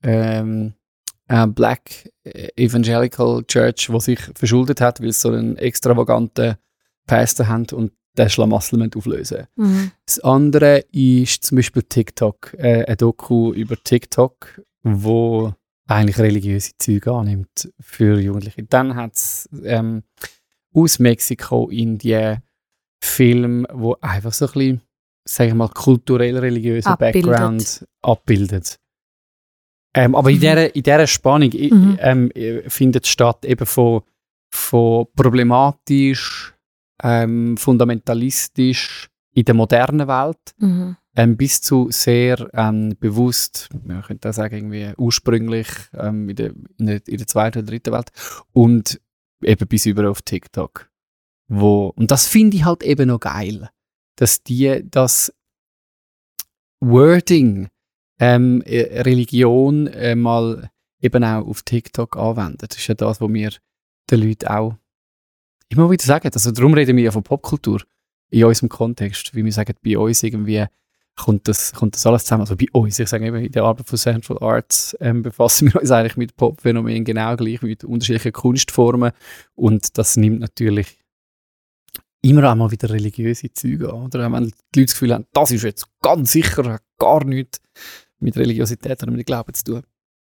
[SPEAKER 6] Black Evangelical Church, die sich verschuldet hat, weil sie so einen extravaganten Pastor haben und den Schlamassel auflösen.
[SPEAKER 5] Mhm.
[SPEAKER 6] Das andere ist zum Beispiel TikTok, ein Doku über TikTok, wo eigentlich religiöse Züge annimmt für Jugendliche. Dann hat es aus Mexiko, Indien Film, wo einfach so ein bisschen, sage ich mal, kulturell-religiösen Background abbildet. Aber in dieser Spannung findet statt eben von problematisch, fundamentalistisch in der modernen Welt bis zu sehr bewusst, man könnte auch sagen, irgendwie ursprünglich in der zweiten oder dritten Welt und eben bis über auf TikTok. Und das finde ich halt eben noch geil, dass das Wording Religion mal eben auch auf TikTok anwenden. Das ist ja das, was wir den Leuten auch immer wieder sagen. Also darum reden wir ja von Popkultur. in unserem Kontext, wie wir sagen, bei uns irgendwie kommt das alles zusammen. Also bei uns, ich sage eben, in der Arbeit von Central Arts befassen wir uns eigentlich mit Pop-Phänomenen genau gleich, mit unterschiedlichen Kunstformen, und das nimmt natürlich immer einmal wieder religiöse Züge an. Oder wenn die Leute das Gefühl haben, das ist jetzt ganz sicher gar nichts mit Religiosität oder mit Glauben zu tun.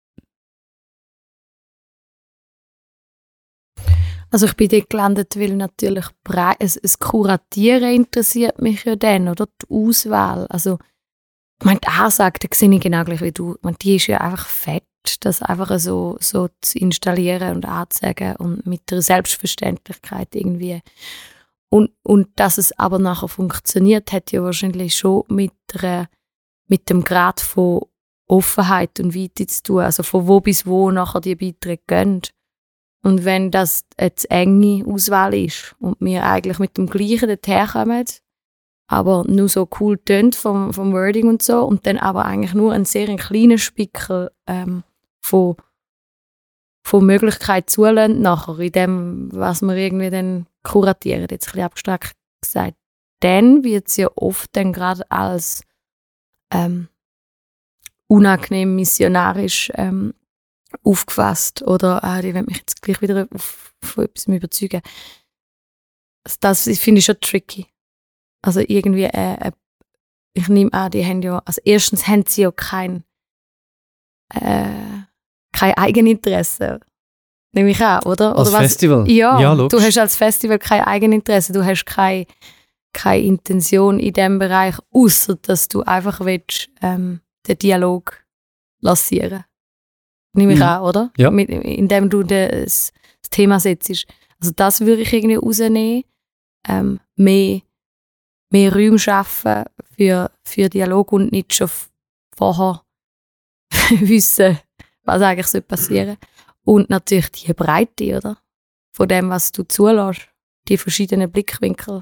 [SPEAKER 5] Also ich bin dort gelandet, weil natürlich das Kuratieren interessiert mich ja dann, oder die Auswahl. Also ich meine, die Ansage, da sehe ich genau gleich wie du. Ich meine, die ist ja einfach fett, das einfach so zu installieren und anzuzeigen und mit der Selbstverständlichkeit irgendwie. Und dass es aber nachher funktioniert, hat ja wahrscheinlich schon mit dem Grad von Offenheit und Weite zu tun. Also von wo bis wo nachher die Beiträge gehen. Und wenn das eine enge Auswahl ist und wir eigentlich mit dem Gleichen dorthin kommen, aber nur so cool tönt vom Wording und so, und dann aber eigentlich nur einen sehr kleinen Spickel von Möglichkeit zulassen, nachher in dem, was wir irgendwie dann kuratieren, jetzt ein bisschen abstrakt gesagt, dann wird es ja oft dann gerade als unangenehm missionarisch aufgefasst, oder die wollen mich jetzt gleich wieder von etwas überzeugen. Das finde ich schon tricky. Also irgendwie, ich nehme an, die haben ja, also erstens haben sie ja kein Eigeninteresse. Nehme ich an, oder?
[SPEAKER 6] Als
[SPEAKER 5] oder
[SPEAKER 6] Festival?
[SPEAKER 5] Ja,
[SPEAKER 6] logisch.
[SPEAKER 5] du hast als Festival kein Eigeninteresse, du hast keine Intention in diesem Bereich, außer dass du einfach willst, den Dialog lancieren. Nehme ich an, oder?
[SPEAKER 6] Ja.
[SPEAKER 5] Indem du das Thema setzt. Also das würde ich irgendwie rausnehmen. Mehr Räume schaffen für Dialog und nicht schon vorher wissen, was eigentlich passieren soll. Und natürlich die Breite, oder? Von dem, was du zulässt. Die verschiedenen Blickwinkel.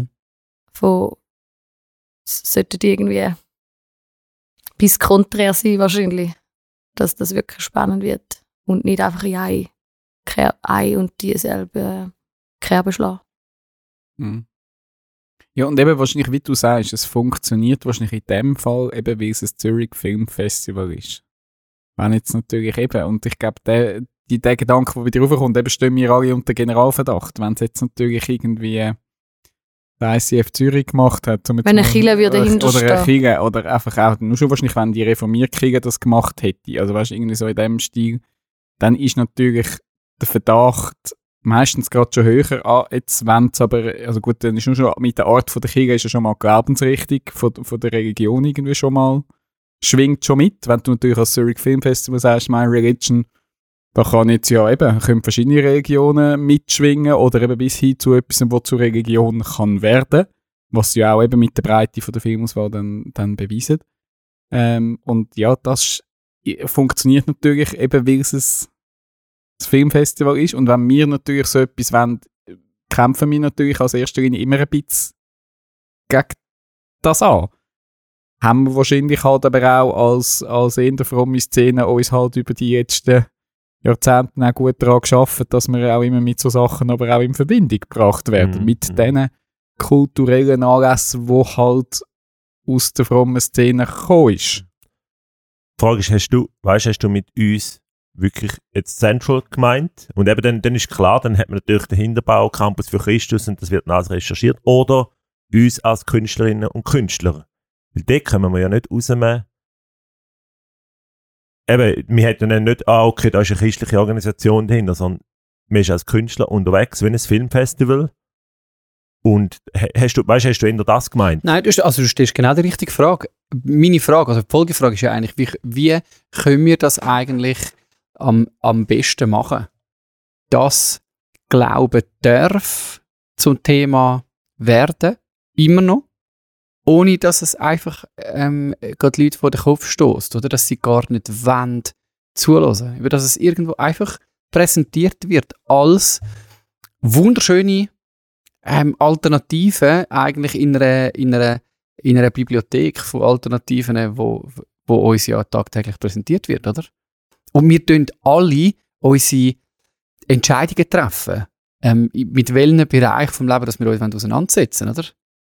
[SPEAKER 5] Sollten die irgendwie bis konträr sein wahrscheinlich. Dass das wirklich spannend wird. Und nicht einfach in ein und dieselbe Kerbe schlagen.
[SPEAKER 1] Mhm. Ja, und eben wahrscheinlich, wie du sagst, es funktioniert wahrscheinlich in dem Fall, eben weil es ein Zürich Film Festival ist. Wenn jetzt natürlich eben, und ich glaube, der Gedanke, der wieder raufkommt, eben stehen wir alle unter Generalverdacht. Wenn es jetzt natürlich irgendwie der ICF Zürich gemacht hat.
[SPEAKER 5] Wenn eine Kirche würde dahinterstehen.
[SPEAKER 1] Oder eine Kirche, oder einfach auch, nur schon wahrscheinlich, wenn die Reformierkirche das gemacht hätte, also weißt du, irgendwie so in dem Stil, dann ist natürlich der Verdacht meistens gerade schon höher. Jetzt wenn es aber, also gut, dann ist nur schon mit der Art von der Kirche ist ja schon mal die Glaubensrichtung von der Religion irgendwie schon mal, schwingt schon mit. Wenn du natürlich als Zurich Film Festival sagst, My Religion, da kann jetzt ja eben, können verschiedene Religionen mitschwingen oder eben bis hin zu etwas, was zur Religion kann werden, was ja auch eben mit der Breite von der Filmauswahl dann beweisen. Und ja, das funktioniert natürlich eben, weil es ein Filmfestival ist. Und wenn wir natürlich so etwas wollen, kämpfen wir natürlich als erster Linie immer ein bisschen gegen das an. Haben wir wahrscheinlich halt aber auch als eher fromme Szene uns halt über die letzten Jahrzehnten auch gut daran geschaffen, dass wir auch immer mit so Sachen aber auch in Verbindung gebracht werden. Mit diesen kulturellen Anlässen, die halt aus der frommen Szene gekommen ist.
[SPEAKER 2] Die Frage ist, hast du mit uns wirklich jetzt Central gemeint? Und eben dann ist klar, dann hat man natürlich den Hinterbau Campus für Christus und das wird alles recherchiert. Oder uns als Künstlerinnen und Künstler. Weil dort können wir ja nicht rausnehmen. Eben, wir hätten dann nicht, okay, da ist eine christliche Organisation dahinter, sondern man ist als Künstler unterwegs, wie ein Filmfestival. Und hast du eher das gemeint?
[SPEAKER 6] Nein, du stellst genau die richtige Frage. Meine Frage, also die Folgefrage ist ja eigentlich, wie können wir das eigentlich am besten machen? Dass Glauben darf zum Thema werden, immer noch, ohne dass es einfach gerade Leute vor den Kopf stößt, oder dass sie gar nicht wollen zuhören. Über dass es irgendwo einfach präsentiert wird als wunderschöne Alternativen eigentlich in einer Bibliothek von Alternativen, wo uns ja tagtäglich präsentiert wird, oder? Und wir tun alle unsere Entscheidungen treffen, mit welchen Bereichen vom Leben, dass wir uns auseinandersetzen, oder?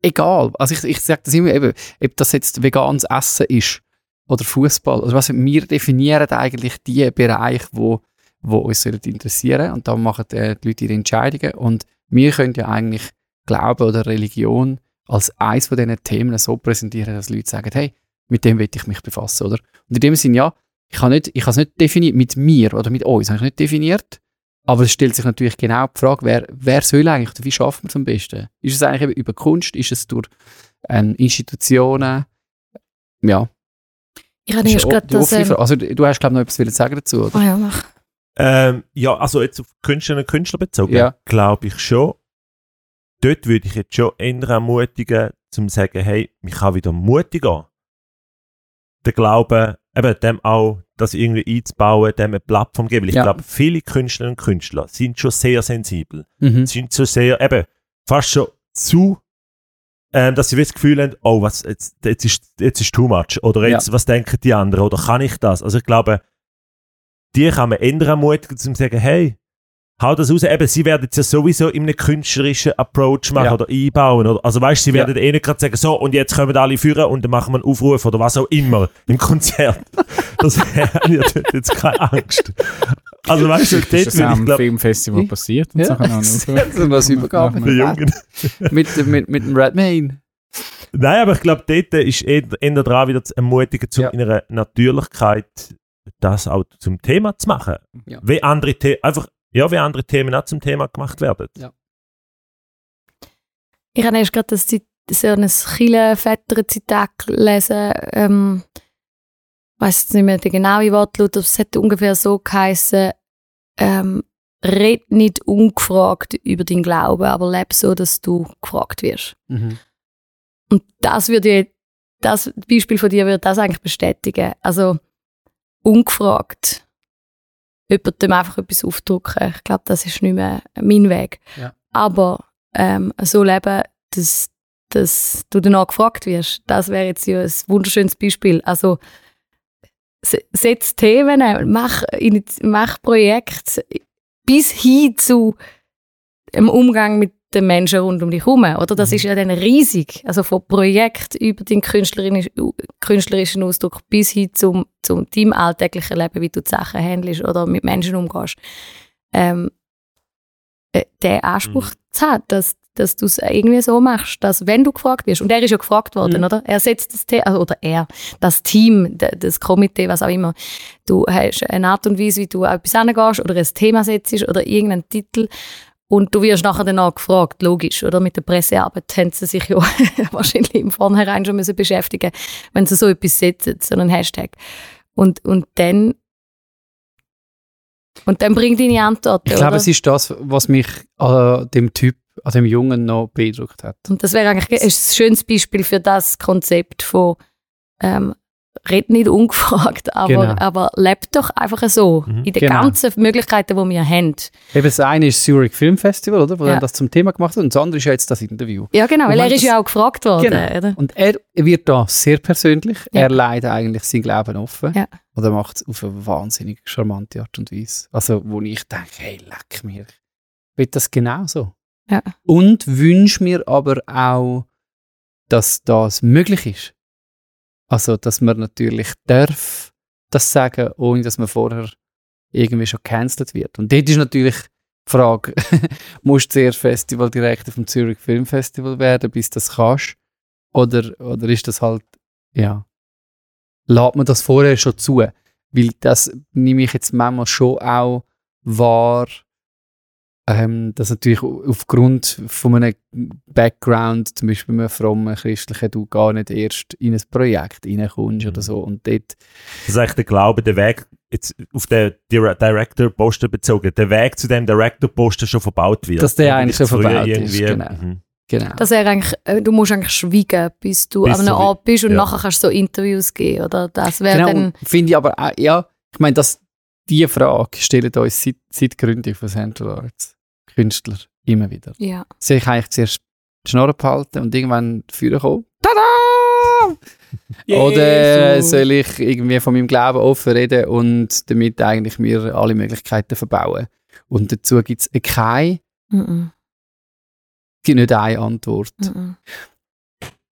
[SPEAKER 6] egal. Also ich sage das immer eben, ob das jetzt veganes Essen ist oder Fußball. Also was wir definieren eigentlich die Bereiche, wo uns interessieren sollen. Und da machen die Leute ihre Entscheidungen. Und wir können ja eigentlich Glauben oder Religion als eines von diesen Themen so präsentieren, dass Leute sagen, hey, mit dem will ich mich befassen, oder? Und in dem Sinne, ja, ich habe es nicht definiert mit mir oder mit uns, habe ich nicht definiert, aber es stellt sich natürlich genau die Frage, wer soll eigentlich, oder wie schafft man es am besten? Ist es eigentlich eben über Kunst, ist es durch Institutionen, ja.
[SPEAKER 5] Ich habe erst gerade das...
[SPEAKER 6] Also du hast, glaube ich, noch etwas sagen sagen dazu, oder?
[SPEAKER 5] Ja, mach.
[SPEAKER 2] Ja, also jetzt auf Künstlerinnen und Künstler bezogen,
[SPEAKER 6] Ja.
[SPEAKER 2] glaube ich schon. Dort würde ich jetzt schon eher ermutigen, zum zu sagen, hey, ich kann wieder mutig an. Der Glaube, eben dem auch, das irgendwie einzubauen, dem eine Plattform geben. Weil ich
[SPEAKER 6] Ja.
[SPEAKER 2] glaube, viele Künstlerinnen und Künstler sind schon sehr sensibel.
[SPEAKER 6] Mhm.
[SPEAKER 2] Sind schon sehr, eben, fast schon zu, dass sie das Gefühl haben, oh, was, jetzt ist too much. Oder jetzt, was denken die anderen? Oder kann ich das? Also ich glaube, die kann man eher ermutigen, zum zu sagen, hey, hau das raus. Eben, sie werden es ja sowieso in einem künstlerischen Approach machen oder einbauen. Oder, also weißt du, sie werden eh nicht gerade sagen, so, und jetzt kommen alle führen und dann machen wir einen Aufruf oder was auch immer im Konzert. Das habe ich jetzt keine Angst. Also weißt du,
[SPEAKER 1] Das ist
[SPEAKER 2] dort
[SPEAKER 1] am
[SPEAKER 2] würde
[SPEAKER 1] Filmfestival passiert. Und
[SPEAKER 6] Ja.
[SPEAKER 1] so kann auch
[SPEAKER 6] So was Übergabe.
[SPEAKER 2] ich glaube,
[SPEAKER 6] mit dem Redmayne.
[SPEAKER 2] Nein, aber ich glaube, dort ist eher dran, wieder zu ermutigen, zu einer Natürlichkeit das auch zum Thema zu machen.
[SPEAKER 6] Ja.
[SPEAKER 2] Wie andere Themen auch zum Thema gemacht werden.
[SPEAKER 6] Ja.
[SPEAKER 5] Ich habe erst gerade so ein Kirchenväter-Zitat gelesen. Weiss jetzt nicht mehr den genauen Wortlaut, aber es hat ungefähr so geheißen, red nicht ungefragt über deinen Glauben, aber lebe so, dass du gefragt wirst.
[SPEAKER 6] Mhm.
[SPEAKER 5] Und das Beispiel von dir würde das eigentlich bestätigen. Also ungefragt jemandem einfach etwas aufdrücken. Ich glaube, das ist nicht mehr mein Weg.
[SPEAKER 6] Ja.
[SPEAKER 5] Aber so leben, dass du danach gefragt wirst, das wäre jetzt ja ein wunderschönes Beispiel. Also setz Themen, mach Projekte bis hin zu dem Umgang mit den Menschen rund um dich herum. Oder? Das ist ja dann riesig. Also von Projekt über den künstlerischen Ausdruck bis hin zum deinem alltäglichen Leben, wie du die Sachen handelst oder mit Menschen umgehst. Den Anspruch zu haben, dass du es irgendwie so machst, dass wenn du gefragt wirst, und er ist ja gefragt worden, oder? Er setzt das das Team, das Komitee, was auch immer, du hast eine Art und Weise, wie du an etwas angehst oder ein Thema setzt oder irgendeinen Titel und du wirst nachher danach gefragt, logisch, oder? Mit der Pressearbeit haben sie sich ja wahrscheinlich im Vornherein schon müssen beschäftigen, wenn sie so etwas setzen, so einen Hashtag. Und dann bringt deine Antwort.
[SPEAKER 6] Ich glaube, es ist das, was mich an dem Typ, an dem Jungen noch beeindruckt hat.
[SPEAKER 5] Und das wäre eigentlich ein schönes Beispiel für das Konzept von red nicht ungefragt, aber lebt doch einfach so in den ganzen Möglichkeiten, die wir haben.
[SPEAKER 6] Eben das eine ist das Zurich Film Festival, oder? Wo er das zum Thema gemacht hat, und das andere ist ja jetzt das Interview.
[SPEAKER 5] Ja, genau, weil er ist ja auch gefragt worden.
[SPEAKER 6] Genau.
[SPEAKER 5] Oder?
[SPEAKER 6] Und er wird da sehr persönlich.
[SPEAKER 5] Ja.
[SPEAKER 6] Er leitet eigentlich sein Glauben offen.
[SPEAKER 5] Ja.
[SPEAKER 6] Und er macht es auf eine wahnsinnig charmante Art und Weise. Also, wo ich denke, hey, leck mir. Ich will das genauso.
[SPEAKER 5] Ja.
[SPEAKER 6] Und wünsche mir aber auch, dass das möglich ist. Also, dass man natürlich darf das sagen, ohne dass man vorher irgendwie schon gecancelt wird. Und dort ist natürlich die Frage, musst du zuerst Festivaldirektor vom Zurich Film Festival werden, bis du das kannst? Oder ist das halt, ja, lässt man das vorher schon zu? Weil das nehme ich jetzt manchmal schon auch wahr, dass natürlich aufgrund von einem Background, zum Beispiel einem frommen Christlichen, du gar nicht erst in ein Projekt reinkommst oder so. Und dort
[SPEAKER 2] Das ist eigentlich der Glaube, der Weg, jetzt auf den Director-Posten bezogen, der Weg zu dem Director-Posten schon verbaut wird.
[SPEAKER 6] dass der eigentlich schon
[SPEAKER 2] Früher
[SPEAKER 6] verbaut ist.
[SPEAKER 2] irgendwie,
[SPEAKER 6] Genau.
[SPEAKER 5] Dass er eigentlich, du musst eigentlich schweigen, bis du an einem Ort bist und nachher kannst du so Interviews geben. Oder? Das wäre
[SPEAKER 6] Genau,
[SPEAKER 5] dann...
[SPEAKER 6] und finde ich aber auch, ja, ich meine, diese Frage stellen uns seit Gründung von Central Arts Künstler immer wieder.
[SPEAKER 5] Ja.
[SPEAKER 6] Soll ich eigentlich zuerst die Schnurre behalten und irgendwann führen kommen? Tada! Oder soll ich irgendwie von meinem Glauben offen reden und damit eigentlich mir alle Möglichkeiten verbauen? Und dazu gibt es keine,
[SPEAKER 5] Mm-mm.
[SPEAKER 6] gibt nicht eine Antwort.
[SPEAKER 5] Mm-mm.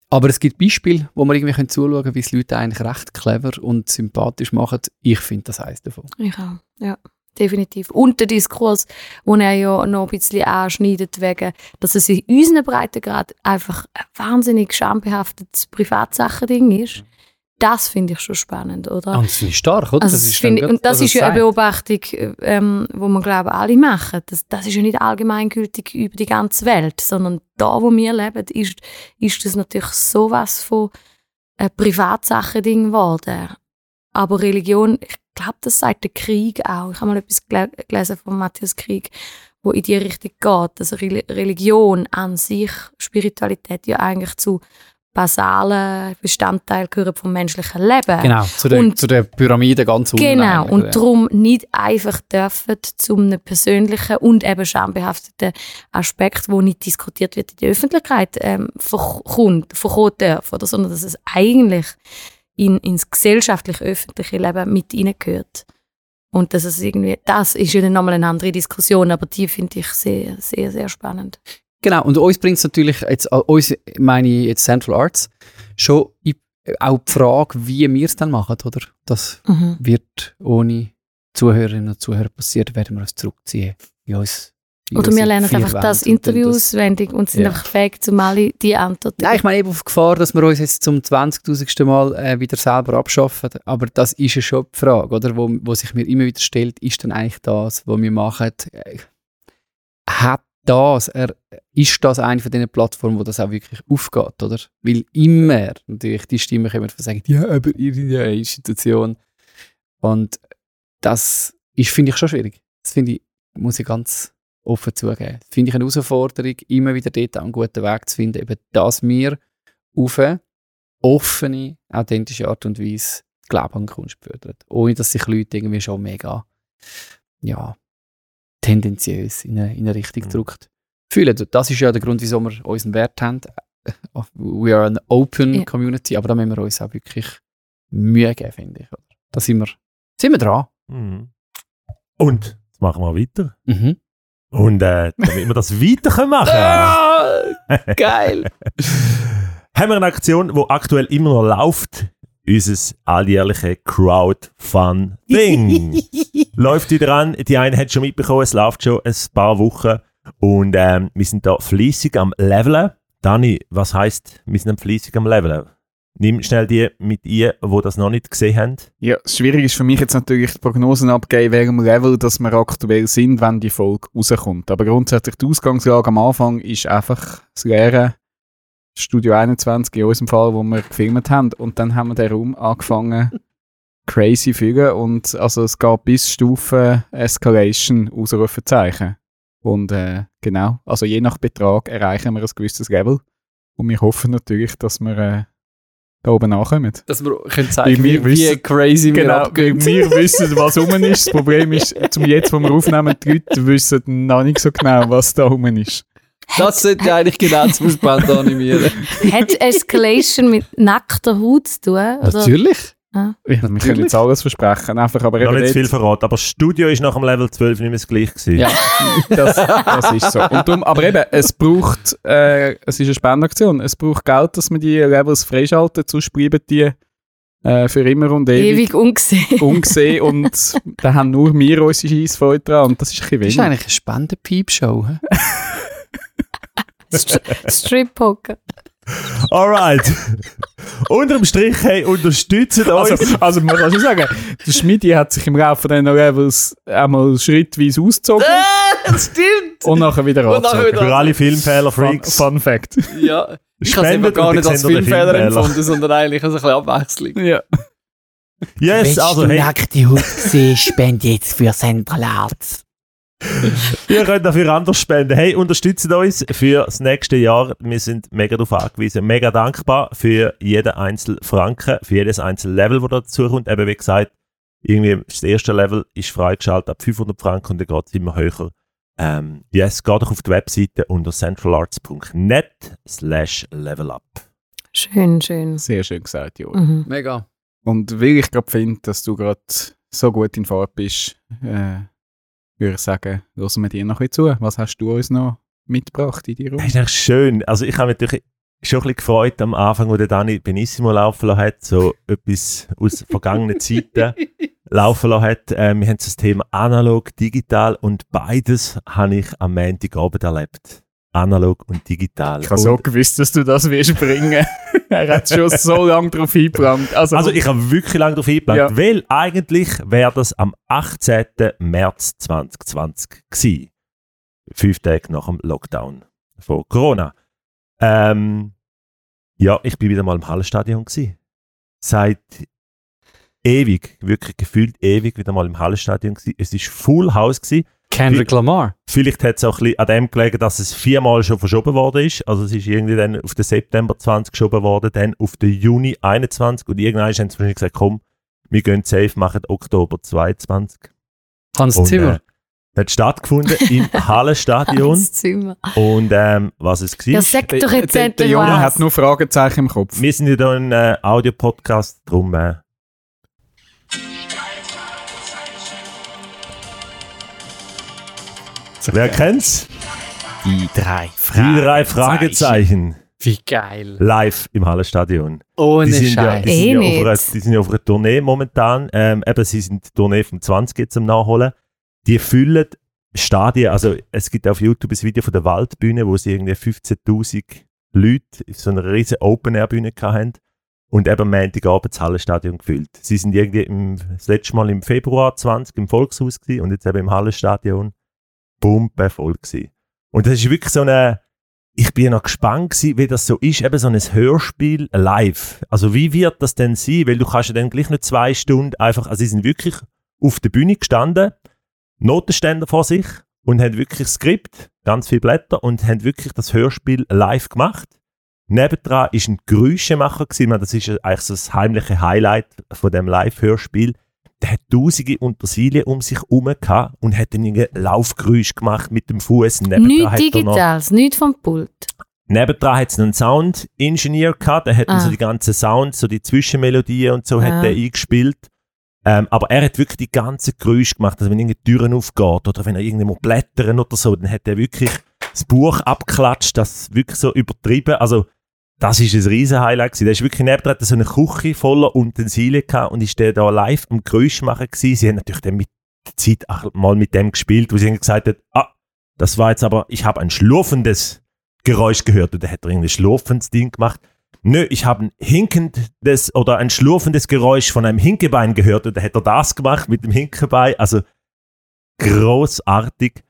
[SPEAKER 6] Aber es gibt Beispiele, wo man irgendwie zuschauen können, wie es Leute eigentlich recht clever und sympathisch machen. Ich finde das eins davon.
[SPEAKER 5] Ich auch, ja. Definitiv. Und der Diskurs, den er ja noch ein bisschen anschneidet, wegen, dass es in unseren Breitengrad einfach ein wahnsinnig schambehaftetes Privatsachending ist, das finde ich schon spannend, oder?
[SPEAKER 6] Und das finde ich stark, oder?
[SPEAKER 5] Also das ist ja eine Beobachtung, wo man, glaube ich, alle machen. Das ist ja nicht allgemeingültig über die ganze Welt, sondern da, wo wir leben, ist das natürlich sowas von ein Privatsachending geworden. Aber Religion, ich glaube, das sagt der Krieg auch. Ich habe mal etwas gelesen von Matthias Krieg, wo in die Richtung geht, dass Religion an sich, Spiritualität ja eigentlich zu basalen Bestandteilen gehören vom menschlichen Leben.
[SPEAKER 6] Genau, zu der Pyramide ganz unten.
[SPEAKER 5] Genau, und darum nicht einfach dürfen zu einem persönlichen und eben schambehafteten Aspekt, wo nicht diskutiert wird in der Öffentlichkeit, verkommen darf, oder? Sondern dass es eigentlich ins gesellschaftlich-öffentliche Leben mit hineingehört. Und das ist ja dann nochmal eine andere Diskussion, aber die finde ich sehr, sehr, sehr spannend.
[SPEAKER 6] Genau, und uns bringt es natürlich, uns meine ich jetzt Central Arts, schon auch die Frage, wie wir es dann machen, oder? Das wird ohne Zuhörerinnen und Zuhörer passieren, werden wir uns zurückziehen.
[SPEAKER 5] Oder wir lernen einfach das Interview auswendig und sind einfach fähig, um alle die Antworten.
[SPEAKER 6] Nein, ich meine eben auf Gefahr, dass wir uns jetzt zum 20.000. Mal wieder selber abschaffen. Aber das ist ja schon die Frage, oder? Wo sich mir immer wieder stellt, ist dann eigentlich das, was wir machen, ist das eine von diesen Plattformen, wo das auch wirklich aufgeht, oder? Weil immer natürlich die Stimmen kommen von sagen, ja, aber irgendeine Institution. Und das finde ich schon schwierig. Das muss ich ganz offen zugeben. Das finde ich eine Herausforderung, immer wieder dort einen guten Weg zu finden, eben, dass wir auf eine offene, authentische Art und Weise Glauben an Kunst fördern. Ohne, dass sich Leute irgendwie schon mega, tendenziös in eine Richtung drückt. Fühlen. Das ist ja der Grund, wieso wir unseren Wert haben. We are an open community, aber da müssen wir uns auch wirklich Mühe geben, finde ich. Da sind wir dran.
[SPEAKER 2] Mhm. Und jetzt machen wir weiter.
[SPEAKER 6] Mhm.
[SPEAKER 2] Und damit wir das weiter machen können.
[SPEAKER 6] Geil!
[SPEAKER 2] Haben wir eine Aktion, die aktuell immer noch läuft. Unser alljährliche Crowdfunding. Läuft wieder an. Die eine hat schon mitbekommen, es läuft schon ein paar Wochen. Und wir sind da fleissig am Leveln. Dani, was heisst, wir sind fleissig am Leveln? Nimm schnell die mit ihr, die das noch nicht gesehen haben. Ja,
[SPEAKER 1] schwierig ist für mich jetzt natürlich die Prognosen abgeben, welchem Level dass wir aktuell sind, wenn die Folge rauskommt. Aber grundsätzlich die Ausgangslage am Anfang ist einfach das leere Studio 21 in unserem Fall, wo wir gefilmt haben. Und dann haben wir den Raum angefangen crazy zu fügen. Und also es geht bis Stufe Escalation, Ausrufezeichen. Und genau, also je nach Betrag erreichen wir ein gewisses Level. Und wir hoffen natürlich, dass wir da oben ankommen.
[SPEAKER 6] Dass wir können zeigen, wie crazy wir abgehen.
[SPEAKER 1] Wir wissen, was rum ist. Das Problem ist, zum jetzt, wo wir aufnehmen, die Leute wissen noch nicht so genau, was da rum ist.
[SPEAKER 6] Das sollte eigentlich genau zum Spannend animieren.
[SPEAKER 5] Hat Escalation mit nackter Haut zu tun? Oder?
[SPEAKER 6] Natürlich.
[SPEAKER 1] Ja, wir können jetzt alles versprechen. Einfach, aber
[SPEAKER 2] noch nicht zu viel verraten. Aber das Studio ist nach dem Level 12 nicht mehr das gleiche gewesen.
[SPEAKER 1] Ja, das ist so. Und darum, aber eben, es ist eine Spendenaktion. Es braucht Geld, dass wir die Levels freischalten, sonst bleiben die für immer und ewig
[SPEAKER 5] ungesehen.
[SPEAKER 1] Ungesehen und da haben nur wir unsere Scheissfreude dran und das ist ein bisschen wenig.
[SPEAKER 6] Das ist eigentlich eine Spendenpiep-Show.
[SPEAKER 5] Strip-Poker.
[SPEAKER 2] Alright. Unterm Strich, hey, unterstützt uns.
[SPEAKER 1] Also man kann schon sagen, der Schmidi hat sich im Laufe dieser Levels einmal schrittweise ausgezogen.
[SPEAKER 6] Das stimmt!
[SPEAKER 1] Und nachher wieder angezogen.
[SPEAKER 2] Für alle Filmfehler-Freaks.
[SPEAKER 1] Fun Fact.
[SPEAKER 6] Ja, ich habe es eben gar nicht als Filmfehler empfunden, sondern eigentlich als ein bisschen Abwechslung.
[SPEAKER 1] Ja.
[SPEAKER 2] Yes,
[SPEAKER 3] wenn
[SPEAKER 2] also
[SPEAKER 3] du nackte Haut siehst, spende jetzt für Central Arts.
[SPEAKER 2] Ihr könnt dafür anders spenden. Hey, unterstützt uns für das nächste Jahr. Wir sind mega darauf angewiesen. Mega dankbar für jeden einzelnen Franken, für jedes einzelne Level, das dazu kommt. Eben wie gesagt, irgendwie das erste Level ist freigeschaltet ab 500 Franken und dann geht es immer höher. Yes, geht doch auf die Webseite unter centralarts.net/levelup.
[SPEAKER 5] Schön, schön.
[SPEAKER 1] Sehr schön gesagt, Jo.
[SPEAKER 5] Mhm.
[SPEAKER 6] Mega.
[SPEAKER 1] Und weil ich gerade finde, dass du gerade so gut in Farbe bist, würde ich sagen, hören wir dir noch ein bisschen zu. Was hast du uns noch mitgebracht in die Runde?
[SPEAKER 2] Das ist echt schön. Also ich habe natürlich schon ein bisschen gefreut am Anfang, wo der Dani Benissimo laufen lassen hat, so etwas aus vergangenen Zeiten laufen lassen hat. Wir haben das Thema analog, digital und beides habe ich am Montagabend erlebt. Analog und digital.
[SPEAKER 1] Ich habe so gewusst, dass du das willst bringen. Er hat schon so lange darauf eingeplant.
[SPEAKER 2] Also ich habe wirklich lange darauf eingeplant, weil eigentlich wäre das am 18. März 2020 gewesen. 5 Tage nach dem Lockdown von Corona. Ja, ich bin wieder mal im Hallenstadion gewesen. Seit ewig, wirklich gefühlt ewig wieder mal im Hallenstadion gewesen. Es war Full House gewesen.
[SPEAKER 6] Kendrick Lamar.
[SPEAKER 2] Vielleicht hat es auch ein bisschen an dem gelegen, dass es 4-mal schon verschoben worden ist. Also es ist irgendwie dann auf den September 20 geschoben worden, dann auf den Juni 21 und irgendwann haben sie wahrscheinlich gesagt, komm, wir gehen safe, machen Oktober 22.
[SPEAKER 6] Hans Zimmer.
[SPEAKER 2] Hat stattgefunden im Hallenstadion.
[SPEAKER 5] Hans Zimmer.
[SPEAKER 2] Und was es war.
[SPEAKER 5] Ja, sag doch jetzt
[SPEAKER 1] Der
[SPEAKER 5] endlich
[SPEAKER 1] Junge
[SPEAKER 5] was.
[SPEAKER 1] hat nur Fragezeichen im Kopf.
[SPEAKER 2] Wir sind ja hier ein Audio-Podcast, darum wer kennt's?
[SPEAKER 6] Die 3
[SPEAKER 2] Die 3 Fragezeichen.
[SPEAKER 6] Wie geil.
[SPEAKER 2] Live im Hallenstadion.
[SPEAKER 6] Ohne
[SPEAKER 2] Die
[SPEAKER 6] Scheiß.
[SPEAKER 2] sind ja auf einer Tournee momentan. Eben, sie sind die Tournee vom 20 jetzt am Nachholen. Die füllen Stadien. Also es gibt auf YouTube ein Video von der Waldbühne, wo sie irgendwie 15'000 Leute auf so einer riesen Open-Air-Bühne hatten. Und eben am Montagabend das Hallenstadion gefüllt. Sie sind irgendwie das letzte Mal im Februar 20 im Volkshaus gewesen und jetzt eben im Hallenstadion. Voll gewesen. Und das ist wirklich so eine, ich bin noch gespannt gewesen, wie das so ist, eben so ein Hörspiel live. Also wie wird das denn sein? Weil du kannst ja dann gleich nicht 2 Stunden einfach, also sie sind wirklich auf der Bühne gestanden, Notenständer vor sich und haben wirklich das Skript, ganz viele Blätter und haben wirklich das Hörspiel live gemacht. Nebendran war ein Geräuschemacher gewesen, das ist eigentlich so das heimliche Highlight von dem Live-Hörspiel. Der hat tausende Utensilien um sich herum gehabt und hat dann ein Laufgeräusch gemacht mit dem Fuß.
[SPEAKER 5] Nichts Digitales, nichts vom Pult.
[SPEAKER 2] Nebendran hat es einen Sound-Ingenieur gehabt, der hat dann so die ganzen Sounds, so die Zwischenmelodien und so hat er eingespielt. Aber er hat wirklich die ganzen Geräusche gemacht, also wenn irgendeine Türen aufgeht oder wenn er irgendwo blättern oder so, dann hat er wirklich das Buch abgeklatscht, das wirklich so übertrieben, also das war ein riesen Highlight gewesen. Da ist wirklich nebendran so eine Küche voller Utensilien gehabt und ist der da live am Geräusch machen gewesen. Sie haben natürlich dann mit der Zeit auch mal mit dem gespielt, wo sie gesagt hat, das war jetzt aber, ich habe ein schlurfendes Geräusch gehört und dann hat er irgendwie ein schlurfendes Ding gemacht. Nö, ich habe ein hinkendes oder ein schlurfendes Geräusch von einem Hinkebein gehört und dann hat er das gemacht mit dem Hinkebein. Also großartig.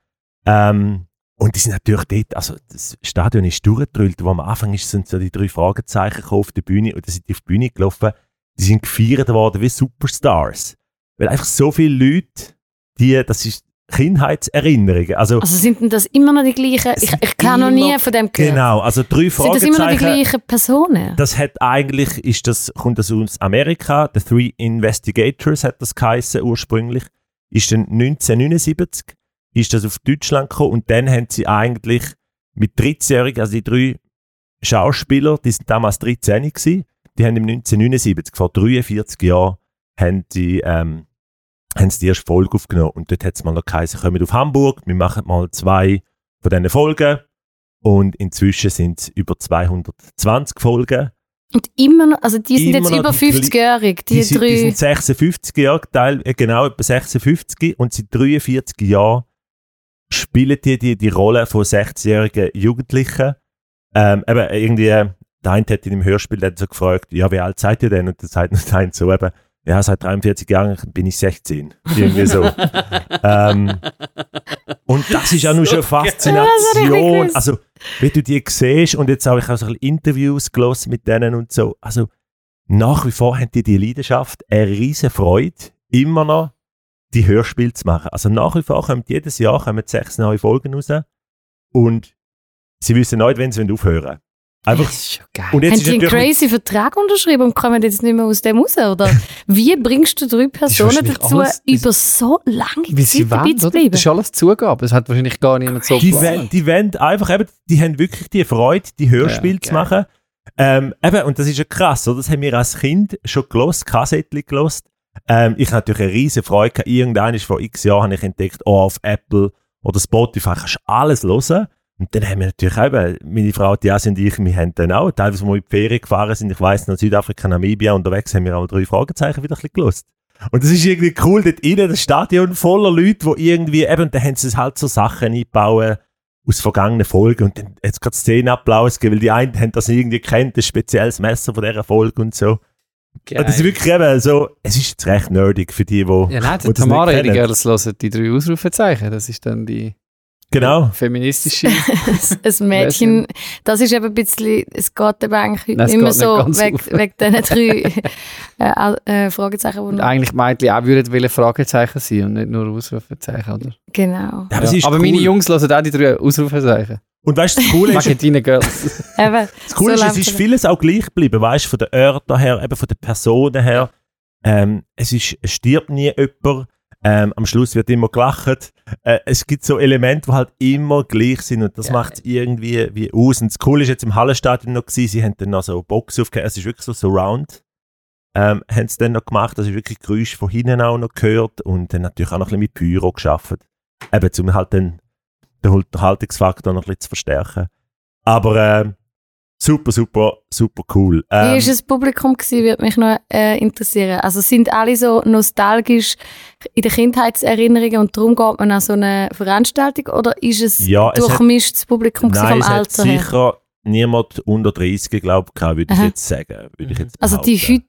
[SPEAKER 2] Und die sind natürlich dort, also das Stadion ist durchgedrüllt, wo am Anfang sind so die 3 Fragezeichen auf der Bühne und dann sind die auf die Bühne gelaufen, die sind gefeiert worden wie Superstars. Weil einfach so viele Leute, das ist Kindheitserinnerungen. Also
[SPEAKER 5] sind denn das immer noch die gleichen? Ich habe noch nie von dem gehört.
[SPEAKER 2] Genau, also 3 Fragezeichen.
[SPEAKER 5] Sind das immer noch die gleichen Personen?
[SPEAKER 2] Das hat eigentlich, kommt das aus Amerika, The 3 Investigators hat das geheißen ursprünglich, ist dann 1979. Ist das auf Deutschland gekommen und dann haben sie eigentlich mit 13-Jährigen, also die 3 Schauspieler, die sind damals 13 gewesen, die haben im 1979, vor 43 Jahren, haben sie die erste Folge aufgenommen und dort hat es mal noch geheißen, kommen auf Hamburg, wir machen mal 2 von diesen Folgen und inzwischen sind es über 220 Folgen.
[SPEAKER 5] Und immer noch, also die sind jetzt über 50-jährig, die 3.
[SPEAKER 2] Die sind 56 Jahre, genau etwa 56 und seit 43 Jahren spielen die Rolle von 16-jährigen Jugendlichen. Eben irgendwie, der eine hat in dem Hörspiel so gefragt, ja, wie alt seid ihr denn? Und dann sagt der eine so eben, ja, seit 43 Jahren bin ich 16. Irgendwie so. Und das ist auch nur schon Faszination. Also, wie du die siehst und jetzt habe ich auch so ein bisschen Interviews gelesen mit denen und so. Also, nach wie vor haben die Leidenschaft, eine riesen Freude, immer noch die Hörspiele zu machen. Also nach wie vor kommen jedes Jahr 6 neue Folgen raus und sie wissen nicht, wenn sie aufhören. Einfach,
[SPEAKER 6] das ist schon geil.
[SPEAKER 2] Und jetzt
[SPEAKER 5] haben die einen crazy Vertrag unterschrieben und kommen jetzt nicht mehr aus dem raus? Oder wie bringst du 3 Personen dazu, über so lange Zeit dabei zu bleiben?
[SPEAKER 6] Das ist alles Zugabe. Das hat wahrscheinlich gar niemand so
[SPEAKER 2] geplant. Die wollen einfach eben, die haben wirklich die Freude, die Hörspiele zu machen. Eben, und das ist ja krass, oder? Das haben wir als Kind schon gehört, Kassettchen gehört. Ich hatte natürlich eine riesen Freude gehabt. Irgendwann vor x Jahren habe ich entdeckt, auf Apple oder Spotify kannst du alles hören. Und dann haben wir natürlich auch, meine Frau Tiasi und ich, wir haben dann auch, teilweise, wo wir in die Ferien gefahren sind, ich weiss noch, Südafrika, Namibia unterwegs, haben wir auch 3 Fragezeichen wieder ein bisschen gelost. Und das ist irgendwie cool, dort innen, das Stadion voller Leute, die irgendwie, eben, und dann haben sie halt so Sachen eingebaut aus vergangenen Folgen und dann hat es gerade Szenenapplaus gegeben, weil die einen haben das irgendwie kennt, ein spezielles Messer von dieser Folge und so.
[SPEAKER 6] Geil.
[SPEAKER 2] Und das ist wirklich eben so, es ist jetzt recht nerdig für die, die
[SPEAKER 6] Ja, nein,
[SPEAKER 2] die
[SPEAKER 6] die
[SPEAKER 2] das
[SPEAKER 6] Tamara
[SPEAKER 2] nicht
[SPEAKER 6] hätte
[SPEAKER 2] kennen.
[SPEAKER 6] gerne hören, die 3 Ausrufezeichen, das ist dann die
[SPEAKER 2] Genau.
[SPEAKER 6] feministische...
[SPEAKER 5] Ein Mädchen, das ist eben ein bisschen, es geht eben eigentlich
[SPEAKER 6] Nein, es
[SPEAKER 5] immer
[SPEAKER 6] geht
[SPEAKER 5] so
[SPEAKER 6] nicht ganz auf.
[SPEAKER 5] wegen diesen 3 Fragezeichen.
[SPEAKER 6] Und
[SPEAKER 5] Die
[SPEAKER 6] eigentlich Mädchen auch würden Fragezeichen sein und nicht nur Ausrufezeichen, oder?
[SPEAKER 5] genau.
[SPEAKER 2] Ja, aber es ist
[SPEAKER 6] Aber
[SPEAKER 2] cool.
[SPEAKER 6] meine Jungs hören auch die 3 Ausrufezeichen.
[SPEAKER 2] Und weißt du, das Coole ist,
[SPEAKER 6] Magentine Girls.
[SPEAKER 5] Eben,
[SPEAKER 2] das Coole ist,
[SPEAKER 5] so
[SPEAKER 2] es ist
[SPEAKER 5] läuft's.
[SPEAKER 2] vieles auch gleich geblieben, weißt du, von den Örtern her, eben von den Personen her. Es stirbt nie jemand. Am Schluss wird immer gelacht. Es gibt so Elemente, die halt immer gleich sind und das
[SPEAKER 6] Ja.
[SPEAKER 2] macht es irgendwie wie aus. Und das Coole ist jetzt im Hallenstadion noch gewesen, sie haben dann noch so Box aufgehört, es ist wirklich so Surround. Haben sie dann noch gemacht, also wirklich Geräusche von hinten auch noch gehört und dann natürlich auch noch ein bisschen mit Pyro gearbeitet. Eben, um halt dann den Unterhaltungsfaktor noch ein bisschen zu verstärken. Aber super, super, super cool.
[SPEAKER 5] Wie war das Publikum gewesen, würde mich noch interessieren. Also sind alle so nostalgisch in den Kindheitserinnerungen und darum geht man an so eine Veranstaltung oder ist es
[SPEAKER 2] Ja, es hat-
[SPEAKER 5] durchmischtes Publikum gewesen
[SPEAKER 2] Nein,
[SPEAKER 5] vom
[SPEAKER 2] es hat
[SPEAKER 5] Alter her?
[SPEAKER 2] sicher niemand unter 30, glaube ich, würde ich
[SPEAKER 5] Aha.
[SPEAKER 2] jetzt sagen. Würde ich jetzt
[SPEAKER 5] Also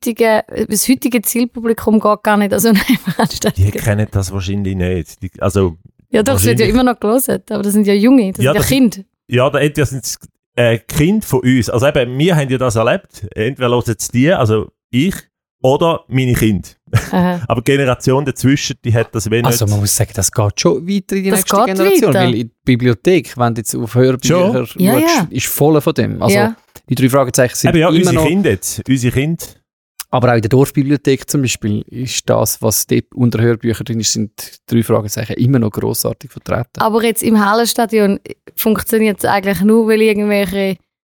[SPEAKER 5] das heutige Zielpublikum geht gar nicht an so eine Veranstaltung.
[SPEAKER 2] Die kennen das wahrscheinlich nicht. Also,
[SPEAKER 5] Ja doch, es wird ja
[SPEAKER 2] wahrscheinlich-
[SPEAKER 5] immer noch gelesen, aber das sind ja Junge, das
[SPEAKER 2] Ja,
[SPEAKER 5] sind ja
[SPEAKER 2] das-
[SPEAKER 5] Kinder.
[SPEAKER 2] ja, da entweder sind es Kinder von uns. Also eben, wir haben ja das erlebt. Entweder hören es die, also ich, oder meine Kinder.
[SPEAKER 5] Aha.
[SPEAKER 2] Aber die Generation dazwischen, die hat das wenig.
[SPEAKER 6] Also man muss sagen, das geht schon weiter in die
[SPEAKER 5] Das
[SPEAKER 6] nächste
[SPEAKER 5] geht
[SPEAKER 6] Generation,
[SPEAKER 5] weiter.
[SPEAKER 6] weil in die Bibliothek, wenn du jetzt auf Hörbücher
[SPEAKER 2] Schon?
[SPEAKER 6] schaust,
[SPEAKER 5] Ja, ja.
[SPEAKER 6] ist voll von dem. Also
[SPEAKER 5] Ja.
[SPEAKER 6] die 3 Fragezeichen sind
[SPEAKER 2] Eben ja,
[SPEAKER 6] immer
[SPEAKER 2] unsere
[SPEAKER 6] noch...
[SPEAKER 2] Kinder jetzt. Unsere Kinder.
[SPEAKER 6] Aber auch in der Dorfbibliothek zum Beispiel ist das, was dort unter Hörbüchern drin ist, sind 3 Fragezeichen immer noch grossartig vertreten.
[SPEAKER 5] Aber jetzt im Hallenstadion funktioniert es eigentlich nur, weil irgendwelche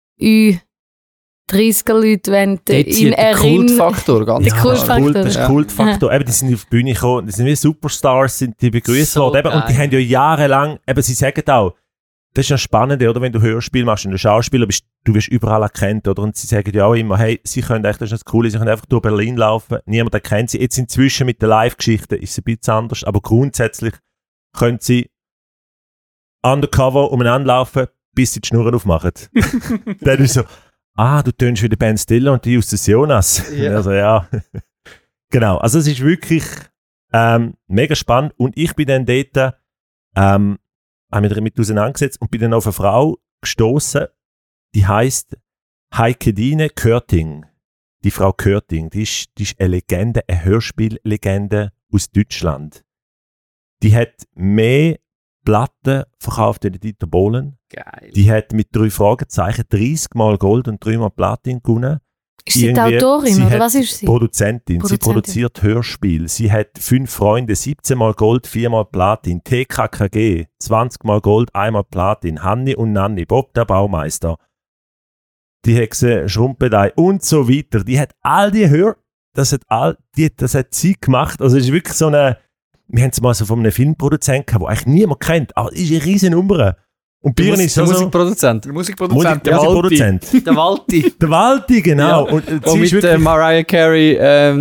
[SPEAKER 5] Ü30er-Leute wollen
[SPEAKER 6] Dort
[SPEAKER 5] in
[SPEAKER 6] zieht der
[SPEAKER 5] Erinnerung...
[SPEAKER 6] Kultfaktor ganz
[SPEAKER 5] Der Kultfaktor.
[SPEAKER 2] Das ist
[SPEAKER 6] Ja.
[SPEAKER 2] Kultfaktor. Eben, die sind auf die Bühne gekommen, die sind wie Superstars, sind die begrüßt
[SPEAKER 6] So
[SPEAKER 2] worden. Eben, und die
[SPEAKER 6] geil.
[SPEAKER 2] haben ja jahrelang, eben, sie sagen auch, das ist ja spannend, oder, wenn du Hörspiel machst und du Schauspieler bist, du wirst überall erkannt, oder? Und sie sagen ja auch immer, hey, sie können echt, das ist das Coole, sie können einfach durch Berlin laufen, niemand erkennt sie. Jetzt inzwischen mit der Live-Geschichte ist es ein bisschen anders, aber grundsätzlich können sie undercover umeinander laufen, bis sie die Schnurren aufmachen. Dann ist so, du tönst wie der Ben Stiller und die Justus Jonas.
[SPEAKER 6] Ja.
[SPEAKER 2] Also ja. Genau, also es ist wirklich mega spannend und ich bin dann dort, habe mich damit auseinandergesetzt und bin dann auf eine Frau gestoßen, die heisst Heikedine Körting. Die Frau Körting, die ist eine Legende, eine Hörspiellegende aus Deutschland. Die hat mehr Platten verkauft als Dieter Bohlen.
[SPEAKER 6] Geil.
[SPEAKER 2] Die hat mit 3 Fragezeichen 30 Mal Gold und 3 Mal Platin gewonnen.
[SPEAKER 5] Ist sie die
[SPEAKER 2] Irgendwie-
[SPEAKER 5] Autorin
[SPEAKER 2] sie
[SPEAKER 5] oder
[SPEAKER 2] hat
[SPEAKER 5] was ist sie?
[SPEAKER 2] Produzentin. Sie
[SPEAKER 5] Produzentin.
[SPEAKER 2] produziert Hörspiel. Sie hat 5 Freunde, 17 Mal Gold, 4 Mal Platin. TKKG, 20 Mal Gold, 1 Mal Platin. Hanni und Nanni, Bob der Baumeister. Die Hexe Schrumpelei und so weiter. Die hat all die das hat sie gemacht. Also es ist wirklich so eine, wir haben es mal so von einem Filmproduzenten gehabt, den eigentlich niemand kennt, aber es ist eine riesen Nummer. Und Bieren ist
[SPEAKER 6] der
[SPEAKER 2] so
[SPEAKER 6] Musikproduzent.
[SPEAKER 2] Musikproduzent. Der
[SPEAKER 6] Walti.
[SPEAKER 2] Der Walti, genau.
[SPEAKER 6] Ja.
[SPEAKER 2] Und
[SPEAKER 6] Wo
[SPEAKER 2] sie ist
[SPEAKER 6] mit
[SPEAKER 2] wirklich,
[SPEAKER 6] Mariah Carey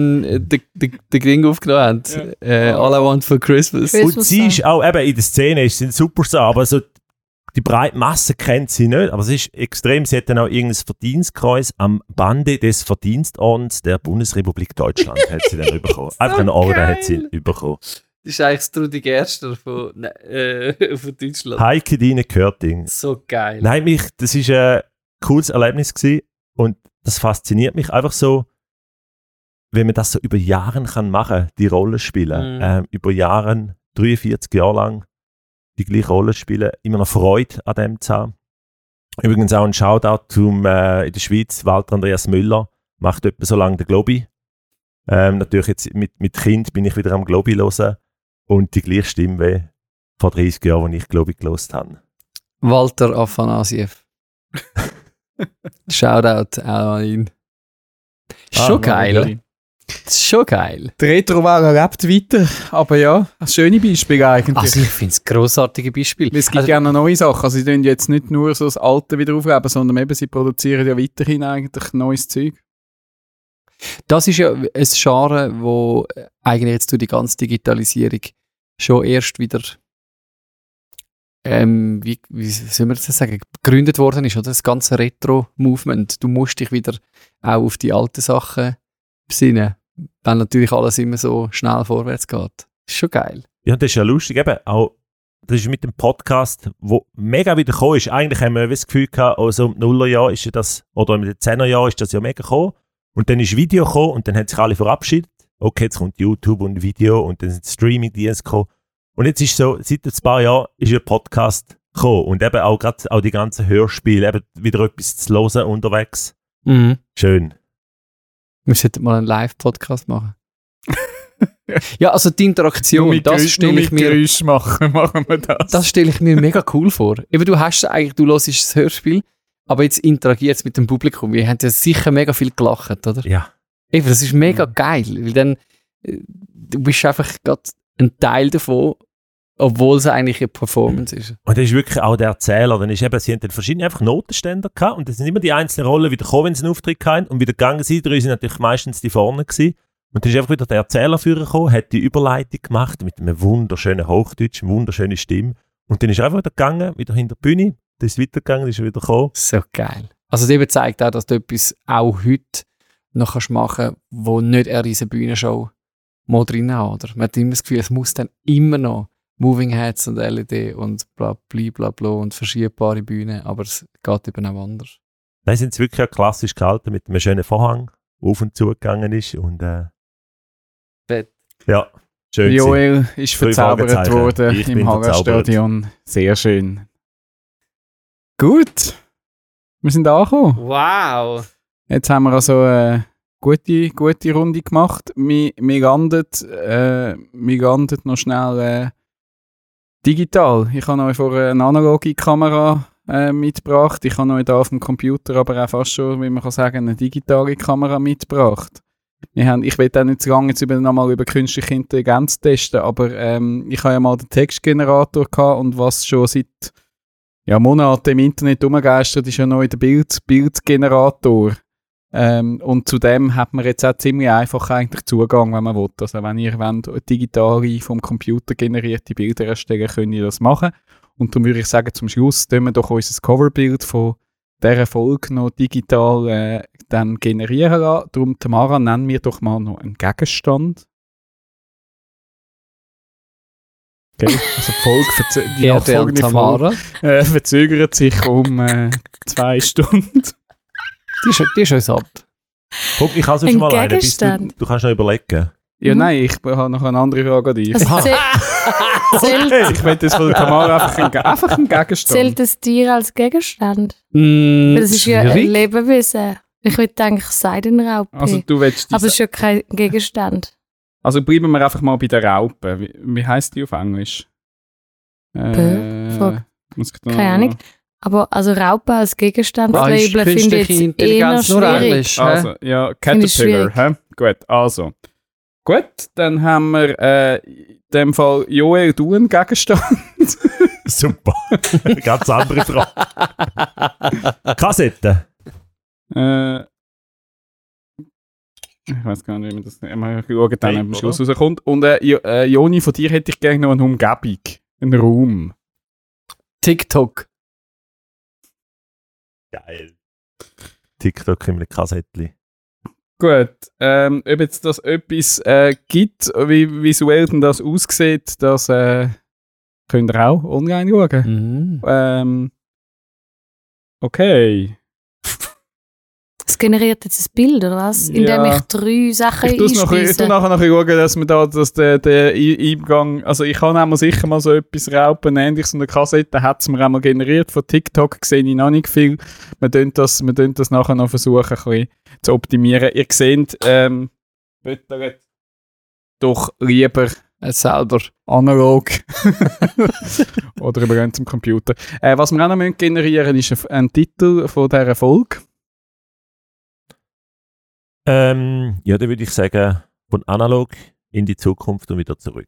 [SPEAKER 6] den Gring aufgenommen haben. All I Want for Christmas.
[SPEAKER 5] Christmas
[SPEAKER 2] und sie ist auch eben in der Szene ist sie ein Superstar, aber so die breite Masse kennt sie nicht, aber es ist extrem. Sie hat dann auch irgendein Verdienstkreuz am Bande des Verdienstordens der Bundesrepublik Deutschland hat sie dann bekommen. Einfach einen Orden hat sie bekommen.
[SPEAKER 6] Das ist eigentlich das Trudi Gerster von Deutschland.
[SPEAKER 2] Heikedine Körting.
[SPEAKER 6] So geil.
[SPEAKER 2] Nein, das ist ein cooles Erlebnis gewesen und das fasziniert mich einfach so, wenn man das so über Jahre kann machen, die Rolle spielen. Über Jahre, 43 Jahre lang die gleiche Rolle spielen, immer noch Freude an dem zu haben. Übrigens auch ein Shoutout zum in der Schweiz, Walter Andreas Müller, macht etwa so lange den Globi. Natürlich jetzt mit Kind bin ich wieder am Globi hören und die gleiche Stimme wie vor 30 Jahren, als ich Globi gehört habe.
[SPEAKER 6] Walter Afanasiev. Shoutout auch an ihn. Ist schon geil, oder? Das ist schon geil.
[SPEAKER 1] Die Retro-Welle lebt weiter, aber ja, ein schönes Beispiel eigentlich.
[SPEAKER 6] Also ich finde es ein grossartiges Beispiel.
[SPEAKER 1] Weil es gibt
[SPEAKER 6] Also,
[SPEAKER 1] gerne neue Sachen. Also sie tun jetzt nicht nur so das Alte wieder aufleben, sondern eben sie produzieren ja weiterhin eigentlich neues Zeug.
[SPEAKER 6] das ist ja ein Genre, wo eigentlich jetzt durch die ganze Digitalisierung schon erst wieder wie soll man das sagen, gegründet worden ist, oder? Das ganze Retro-Movement. Du musst dich wieder auch auf die alten Sachen besinnen, wenn natürlich alles immer so schnell vorwärts geht. Das ist schon geil.
[SPEAKER 2] Ja, das ist ja lustig, eben auch, das ist mit dem Podcast, wo mega wieder gekommen ist. Eigentlich haben wir das Gefühl gehabt, also im Nullerjahr ist ja das, oder im 10er-Jahr ist das ja mega gekommen. Und dann ist Video gekommen und dann haben sich alle verabschiedet. Okay, jetzt kommt YouTube und Video und dann sind Streaming-Dienste gekommen. Und jetzt ist so, seit ein paar Jahren ist ein Podcast gekommen und eben auch gerade auch die ganzen Hörspiele, eben wieder etwas zu hören unterwegs.
[SPEAKER 6] Mhm.
[SPEAKER 2] Schön.
[SPEAKER 6] Wir sollten mal einen Live-Podcast machen. Ja, also die Interaktion, das stelle ich mir...
[SPEAKER 1] Geräusch machen wir das.
[SPEAKER 6] Das stelle ich mir mega cool vor. Eben, du hörst das Hörspiel, aber jetzt interagiert es mit dem Publikum. Wir haben ja sicher mega viel gelacht, oder?
[SPEAKER 2] Ja.
[SPEAKER 6] Eben, das ist mega geil, weil dann du bist einfach gerade ein Teil davon, obwohl es eigentlich eine Performance ist.
[SPEAKER 2] Und das ist wirklich auch der Erzähler. Dann ist eben, sie haben dann verschiedene einfach Notenständer gehabt und das sind immer die einzelnen Rollen wieder gekommen, wenn sie einen Auftritt hatten und wieder gegangen sind. Drei sind natürlich meistens die vorne gewesen. Und dann ist einfach wieder der Erzähler vorgekommen, hat die Überleitung gemacht mit einem wunderschönen Hochdeutsch, einer wunderschönen Stimme. Und dann ist er einfach wieder gegangen, wieder hinter der Bühne, dann ist es weitergegangen, dann ist er wieder gekommen.
[SPEAKER 6] So geil. Also das eben zeigt auch, dass du etwas auch heute noch kannst machen, wo nicht eine riesen Bühnenshow mal drin hat, oder? Man hat immer das Gefühl, es muss dann immer noch Moving Heads und LED und bla bla bla und verschiebbare Bühnen, aber es geht eben auch anders.
[SPEAKER 2] Dann sind sie wirklich auch klassisch gehalten mit einem schönen Vorhang, der auf und zu gegangen ist und
[SPEAKER 6] Fett.
[SPEAKER 2] ja, schön.
[SPEAKER 1] Joel ist
[SPEAKER 2] Drei
[SPEAKER 1] verzaubert
[SPEAKER 2] Fragezeichen.
[SPEAKER 1] worden
[SPEAKER 2] Ich
[SPEAKER 1] im
[SPEAKER 2] bin
[SPEAKER 1] Haga-Stadion. Sehr schön. Gut. Wir sind angekommen.
[SPEAKER 6] Wow!
[SPEAKER 1] Jetzt haben wir also eine gute Runde gemacht. Wir landen noch schnell digital. Ich habe euch vor eine analoge Kamera mitgebracht. Ich habe euch da auf dem Computer aber auch fast schon, wie man kann sagen, eine digitale Kamera mitgebracht. Ich will auch nicht zu lange jetzt nochmal über künstliche Intelligenz testen, aber ich habe ja mal den Textgenerator gehabt und was schon seit Monaten im Internet rumgeistert, ist ja neu der Bildgenerator. Und zu dem hat man jetzt auch ziemlich einfach eigentlich Zugang, wenn man will. Also wenn ihr wollt, digitale vom Computer generierte Bilder erstellen, könnt ihr das machen. Und darum würde ich sagen, zum Schluss tun wir doch unser Coverbild von dieser Folge noch digital dann generieren lassen. Darum, Tamara, nennen wir doch mal noch einen Gegenstand. Okay, also die nachfolgende
[SPEAKER 6] Tamara.
[SPEAKER 1] Folge verzögert sich um 2 Stunden.
[SPEAKER 6] Die ist uns ab.
[SPEAKER 2] Guck, ich kann es schon mal einen.
[SPEAKER 5] Gegenstand.
[SPEAKER 2] Du kannst noch überlegen.
[SPEAKER 1] Ja, nein, ich habe noch eine andere Frage an dich.
[SPEAKER 5] Also
[SPEAKER 1] Ich möchte jetzt von der Tamara einfach einen Gegenstand.
[SPEAKER 5] zählt das Tier als Gegenstand?
[SPEAKER 6] Mm,
[SPEAKER 5] Weil das ist ja ein
[SPEAKER 6] schwierig.
[SPEAKER 5] Lebewesen. Ich würde eigentlich Seidenraupe.
[SPEAKER 1] Also du willst
[SPEAKER 5] aber es ist ja kein Gegenstand.
[SPEAKER 1] Also bleiben wir einfach mal bei der Raupe. Wie heisst die auf Englisch?
[SPEAKER 5] Fuck.
[SPEAKER 1] Muss ich da-
[SPEAKER 5] Keine Ahnung. Aber also Raupe als Gegenstand
[SPEAKER 6] Ah, ist
[SPEAKER 5] labeln finde ich
[SPEAKER 6] künstliche
[SPEAKER 5] jetzt eher
[SPEAKER 6] Intelligenz nur
[SPEAKER 5] schwierig.
[SPEAKER 6] Englisch?
[SPEAKER 1] Also, ja,
[SPEAKER 5] Finde ich
[SPEAKER 1] Caterpillar.
[SPEAKER 5] schwierig.
[SPEAKER 1] Hä? Gut, also. Gut, dann haben wir in dem Fall Joel, du einen Gegenstand.
[SPEAKER 2] Super. Ganz andere Frage. Kassette.
[SPEAKER 1] Ich weiß gar nicht, wie man das immer schauen, dann
[SPEAKER 2] Tape,
[SPEAKER 1] am Schluss
[SPEAKER 2] oder?
[SPEAKER 1] rauskommt. Und Joni, von dir hätte ich gerne noch eine Umgebung, einen Raum.
[SPEAKER 6] TikTok.
[SPEAKER 2] Geil. TikTok im Kassettli.
[SPEAKER 1] Gut, ob jetzt das etwas gibt, wie visuell denn das aussieht, das könnt ihr auch online schauen.
[SPEAKER 6] Mhm.
[SPEAKER 1] Okay.
[SPEAKER 5] Es generiert jetzt ein Bild, oder was? Indem
[SPEAKER 1] Ja.
[SPEAKER 5] ich 3 Sachen
[SPEAKER 1] Ich tu
[SPEAKER 5] einspeise.
[SPEAKER 1] nachher noch schauen, dass wir da, dass der Eingang, also ich habe einmal sicher mal so etwas Raupen ähnliches und eine Kassette hat es mir einmal generiert. Von TikTok sehe ich noch nicht viel. Wir tun das nachher noch versuchen, ein bisschen zu optimieren. Ihr seht, bitte doch lieber
[SPEAKER 6] Selber.
[SPEAKER 1] analog oder über zum Computer. Was wir auch noch generieren müssen, ist ein Titel von dieser Folge.
[SPEAKER 2] Ja, dann würde ich sagen, von analog in die Zukunft und wieder zurück.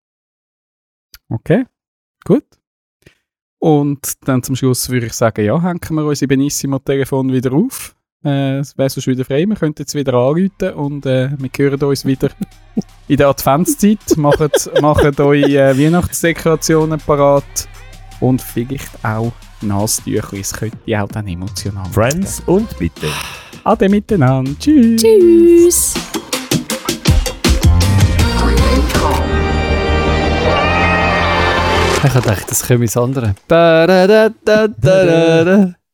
[SPEAKER 1] Okay, gut. Und dann zum Schluss würde ich sagen, ja, hängen wir unser Benissimo-Telefon wieder auf. Es wäre sonst wieder frei, wir könnten jetzt wieder anrufen und wir hören uns wieder in der Adventszeit. Macht eure Weihnachtsdekorationen parat und vielleicht auch Nasentücher. Es könnte ja auch dann emotional
[SPEAKER 2] Friends und bitte.
[SPEAKER 1] Ade miteinander. Tschüss.
[SPEAKER 5] Tschüss.
[SPEAKER 6] Ich habe gedacht, das käme ins andere.